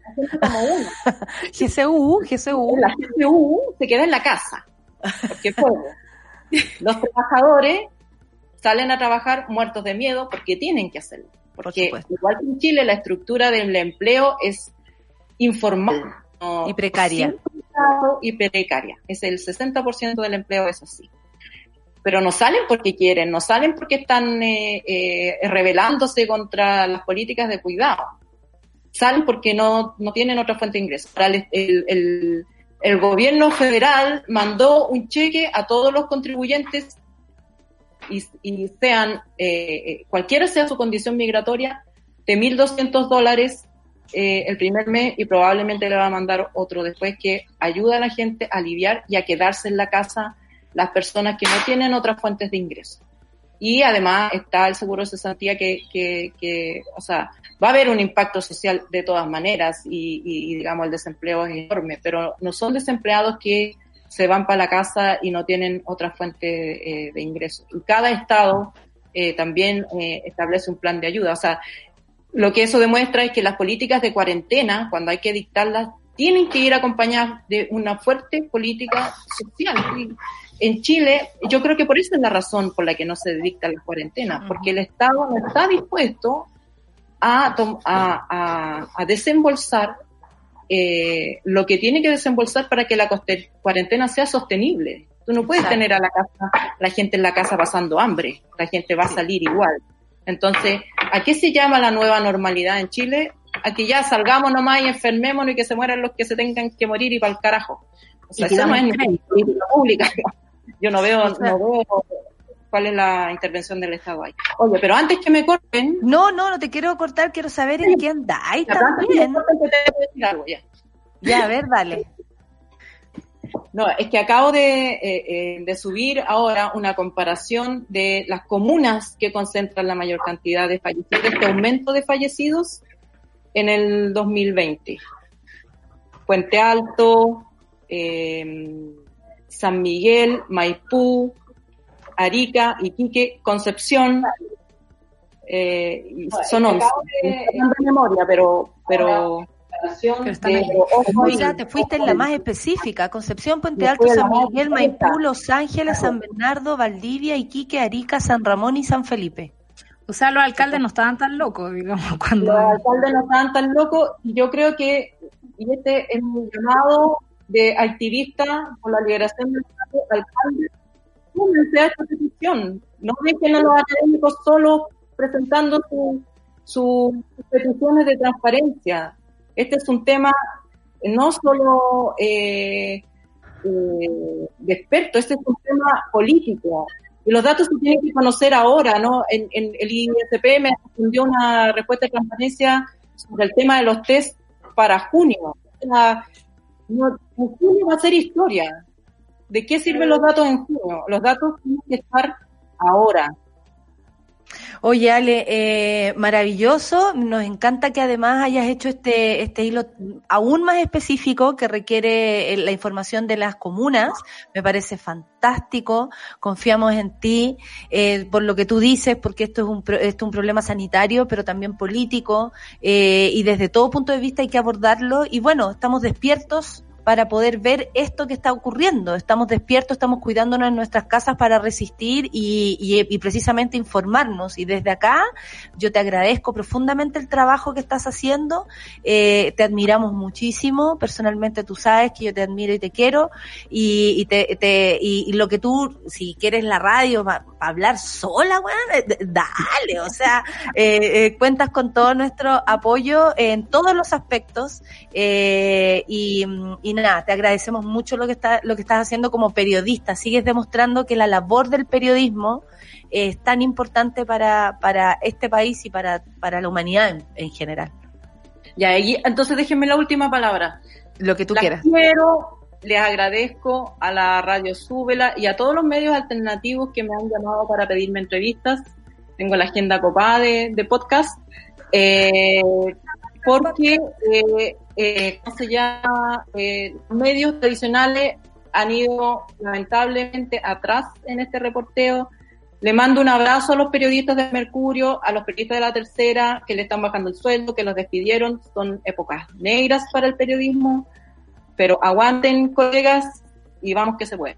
GCU. La GCU se queda en la casa, porque puede. Los trabajadores salen a trabajar muertos de miedo porque tienen que hacerlo. Porque igual que en Chile, la estructura del empleo es informal. Y precaria. Y precaria. Es el 60% del empleo es así. Pero no salen porque quieren, no salen porque están rebelándose contra las políticas de cuidado. Salen porque no tienen otra fuente de ingresos. El gobierno federal mandó un cheque a todos los contribuyentes y sean, cualquiera sea su condición migratoria, de $1,200 el primer mes, y probablemente le va a mandar otro después, que ayuda a la gente a aliviar y a quedarse en la casa las personas que no tienen otras fuentes de ingreso. Y además está el seguro de cesantía que o sea, va a haber un impacto social de todas maneras y digamos el desempleo es enorme, pero no son desempleados que se van para la casa y no tienen otra fuente de ingresos. Y cada estado también establece un plan de ayuda. O sea, lo que eso demuestra es que las políticas de cuarentena, cuando hay que dictarlas, tienen que ir acompañadas de una fuerte política social. Y en Chile, yo creo que por eso es la razón por la que no se dictan las cuarentenas, porque el Estado no está dispuesto a desembolsar lo que tiene que desembolsar para que la cuarentena sea sostenible. Tú no puedes tener a la gente en la casa pasando hambre, la gente va a salir igual. Entonces, ¿a qué se llama la nueva normalidad en Chile? A que ya salgamos nomás y enfermémonos y que se mueran los que se tengan que morir y para el carajo. O sea, eso no es política pública. Yo no veo cuál es la intervención del Estado ahí. Oye, pero antes que me corten... No te quiero cortar, quiero saber en qué andáis también. Ya, a ver, dale. No, es que acabo de subir ahora una comparación de las comunas que concentran la mayor cantidad de fallecidos, este aumento de fallecidos en el 2020. Puente Alto, San Miguel, Maipú, Arica, Iquique, Concepción, son 11. No de memoria, pero oiga, te fuiste en la más específica: Concepción, Puente Alto, San Miguel, Maipú, Los Ángeles, San Bernardo, Valdivia, Iquique, Arica, San Ramón y San Felipe. O sea, los alcaldes no estaban tan locos, digamos, cuando... Los alcaldes no estaban tan locos, y yo creo que, y este es un llamado de activistas por la liberación del alcalde, únanse a esta petición, no dejen a los académicos solos presentando sus peticiones de transparencia. Este es un tema no solo de expertos, este es un tema político. Y los datos se tienen que conocer ahora, ¿no? En el ISP me respondió una respuesta de transparencia sobre el tema de los test para junio. En junio va a ser historia. ¿De qué sirven los datos en junio? Los datos tienen que estar ahora. Oye, Ale, maravilloso. Nos encanta que además hayas hecho este hilo aún más específico que requiere la información de las comunas. Me parece fantástico. Confiamos en ti por lo que tú dices, porque esto es un problema sanitario, pero también político, y desde todo punto de vista hay que abordarlo. Y bueno, estamos despiertos para poder ver esto que está ocurriendo. Estamos despiertos, estamos cuidándonos en nuestras casas para resistir y precisamente informarnos. Y desde acá yo te agradezco profundamente el trabajo que estás haciendo. Te admiramos muchísimo. Personalmente tú sabes que yo te admiro y te quiero. Y lo que tú, si quieres la radio para hablar sola, bueno, dale. O sea, cuentas con todo nuestro apoyo en todos los aspectos. Y nada, te agradecemos mucho lo que estás haciendo como periodista. Sigues demostrando que la labor del periodismo es tan importante para este país y para la humanidad en general. Ya, entonces déjenme la última palabra. Lo que tú quieras. Les agradezco a la Radio Súbela y a todos los medios alternativos que me han llamado para pedirme entrevistas. Tengo la agenda copada de podcast. Porque los medios tradicionales han ido lamentablemente atrás en este reporteo. Le mando un abrazo a los periodistas de Mercurio, a los periodistas de La Tercera, que le están bajando el sueldo, que los despidieron. Son épocas negras para el periodismo, pero aguanten, colegas, y vamos que se puede.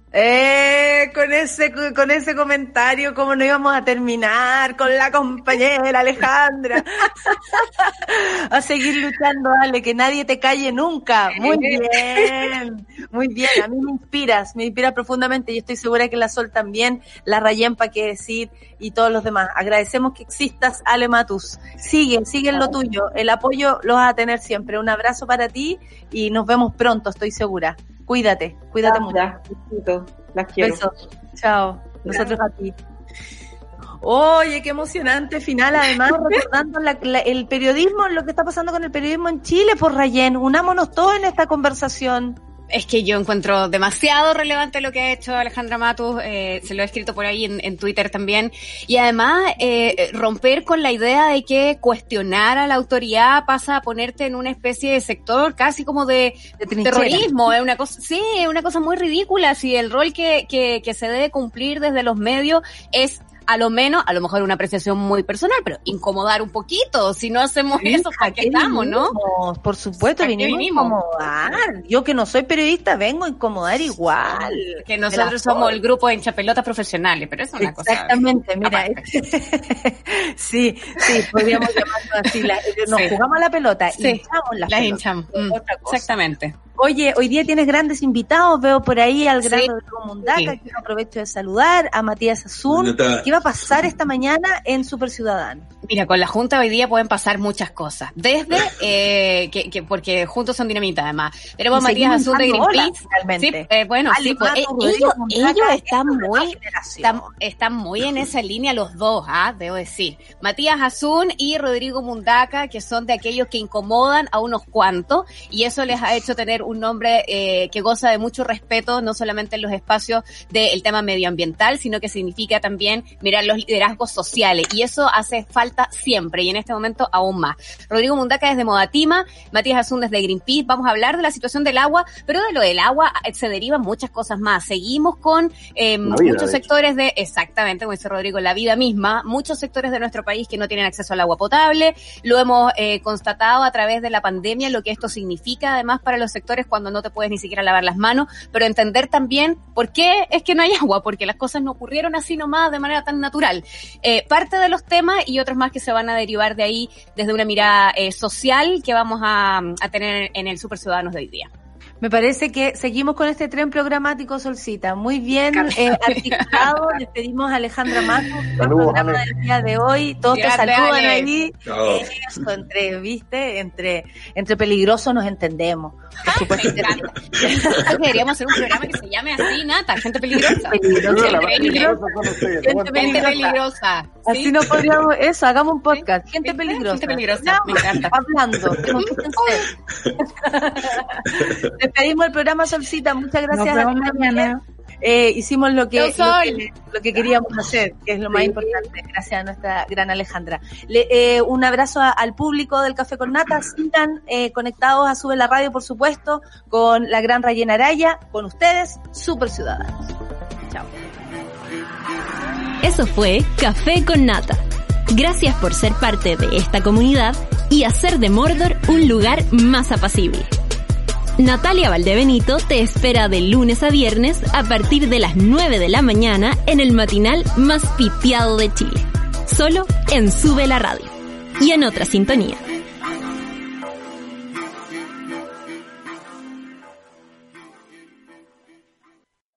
Con ese comentario, ¿cómo no íbamos a terminar con la compañera Alejandra? A seguir luchando, Ale, que nadie te calle nunca. Muy bien, muy bien. A mí me inspiras profundamente y estoy segura que la Sol también, la Rayempa, que decir, y todos los demás. Agradecemos que existas, Ale Matus. Sigue en lo tuyo. El apoyo lo vas a tener siempre. Un abrazo para ti y nos vemos pronto, estoy segura. Cuídate mucho. Las quiero. Besos. Chao. Nosotros a ti. Oye, qué emocionante final, además, recordando el periodismo, lo que está pasando con el periodismo en Chile, por Rayén. Unámonos todos en esta conversación. Es que yo encuentro demasiado relevante lo que ha hecho Alejandra Matus, se lo he escrito por ahí en Twitter también, y además romper con la idea de que cuestionar a la autoridad pasa a ponerte en una especie de sector casi como de terrorismo, es una cosa, sí, es una cosa muy ridícula. Si el rol que se debe cumplir desde los medios es a lo mejor una apreciación muy personal, pero incomodar un poquito. Si no hacemos eso, ¿para qué estamos, no? Por supuesto, vinimos a incomodar. Yo que no soy periodista, vengo a incomodar igual. Que nosotros somos el grupo de hinchapelotas profesionales, pero eso es una cosa... Exactamente, mira. Sí, podríamos llamarlo así. Nos jugamos a la pelota, sí, hinchamos las hinchamos. Exactamente. Oye, hoy día tienes grandes invitados, veo por ahí al gran Rodrigo Mundaca, que aprovecho de saludar, a Matías Azun. ¿Qué va a pasar esta mañana en Super Ciudadano? Mira, con la Junta hoy día pueden pasar muchas cosas, desde porque juntos son dinamita además. Tenemos a Matías Azun de Greenpeace. Ellos están muy en esa línea los dos, debo decir. Matías Azun y Rodrigo Mundaca, que son de aquellos que incomodan a unos cuantos, y eso les ha hecho tener un nombre que goza de mucho respeto, no solamente en los espacios del tema medioambiental, sino que significa también mirar los liderazgos sociales, y eso hace falta siempre, y en este momento aún más. Rodrigo Mundaca desde Modatima, Matías Azun desde Greenpeace. Vamos a hablar de la situación del agua, pero de lo del agua se derivan muchas cosas más. Seguimos con muchos sectores exactamente, como dice Rodrigo, la vida misma, muchos sectores de nuestro país que no tienen acceso al agua potable. Lo hemos constatado a través de la pandemia, lo que esto significa además para los sectores cuando no te puedes ni siquiera lavar las manos, pero entender también por qué es que no hay agua, porque las cosas no ocurrieron así nomás de manera tan natural. Parte de los temas y otros más que se van a derivar de ahí desde una mirada social que vamos a tener en el Super Ciudadanos de hoy día. Me parece que seguimos con este tren programático, Solcita. Muy bien articulado. Les pedimos a Alejandra Matus el programa del día de hoy. Todos te saludan ahí. Eso, entre peligrosos nos entendemos. Por supuesto. Deberíamos hacer un programa que se llame así, Nata, gente peligrosa. Gente peligrosa. Así no podríamos, hagamos un podcast. Gente peligrosa. Gente peligrosa, me encanta. Hablando. Despedimos el programa, Solcita. Muchas gracias. Nos vemos mañana. Hicimos lo que queríamos hacer, que es lo más importante. Gracias a nuestra gran Alejandra. Un abrazo al público del Café con Nata. Sigan conectados a Sube la Radio, por supuesto, con la gran Rayena Araya, con ustedes, Super Ciudadanos. Chao. Eso fue Café con Nata. Gracias por ser parte de esta comunidad y hacer de Mordor un lugar más apacible. Natalia Valdebenito te espera de lunes a viernes a partir de las 9 de la mañana en el matinal más piteado de Chile. Solo en Sube la Radio y en otra sintonía.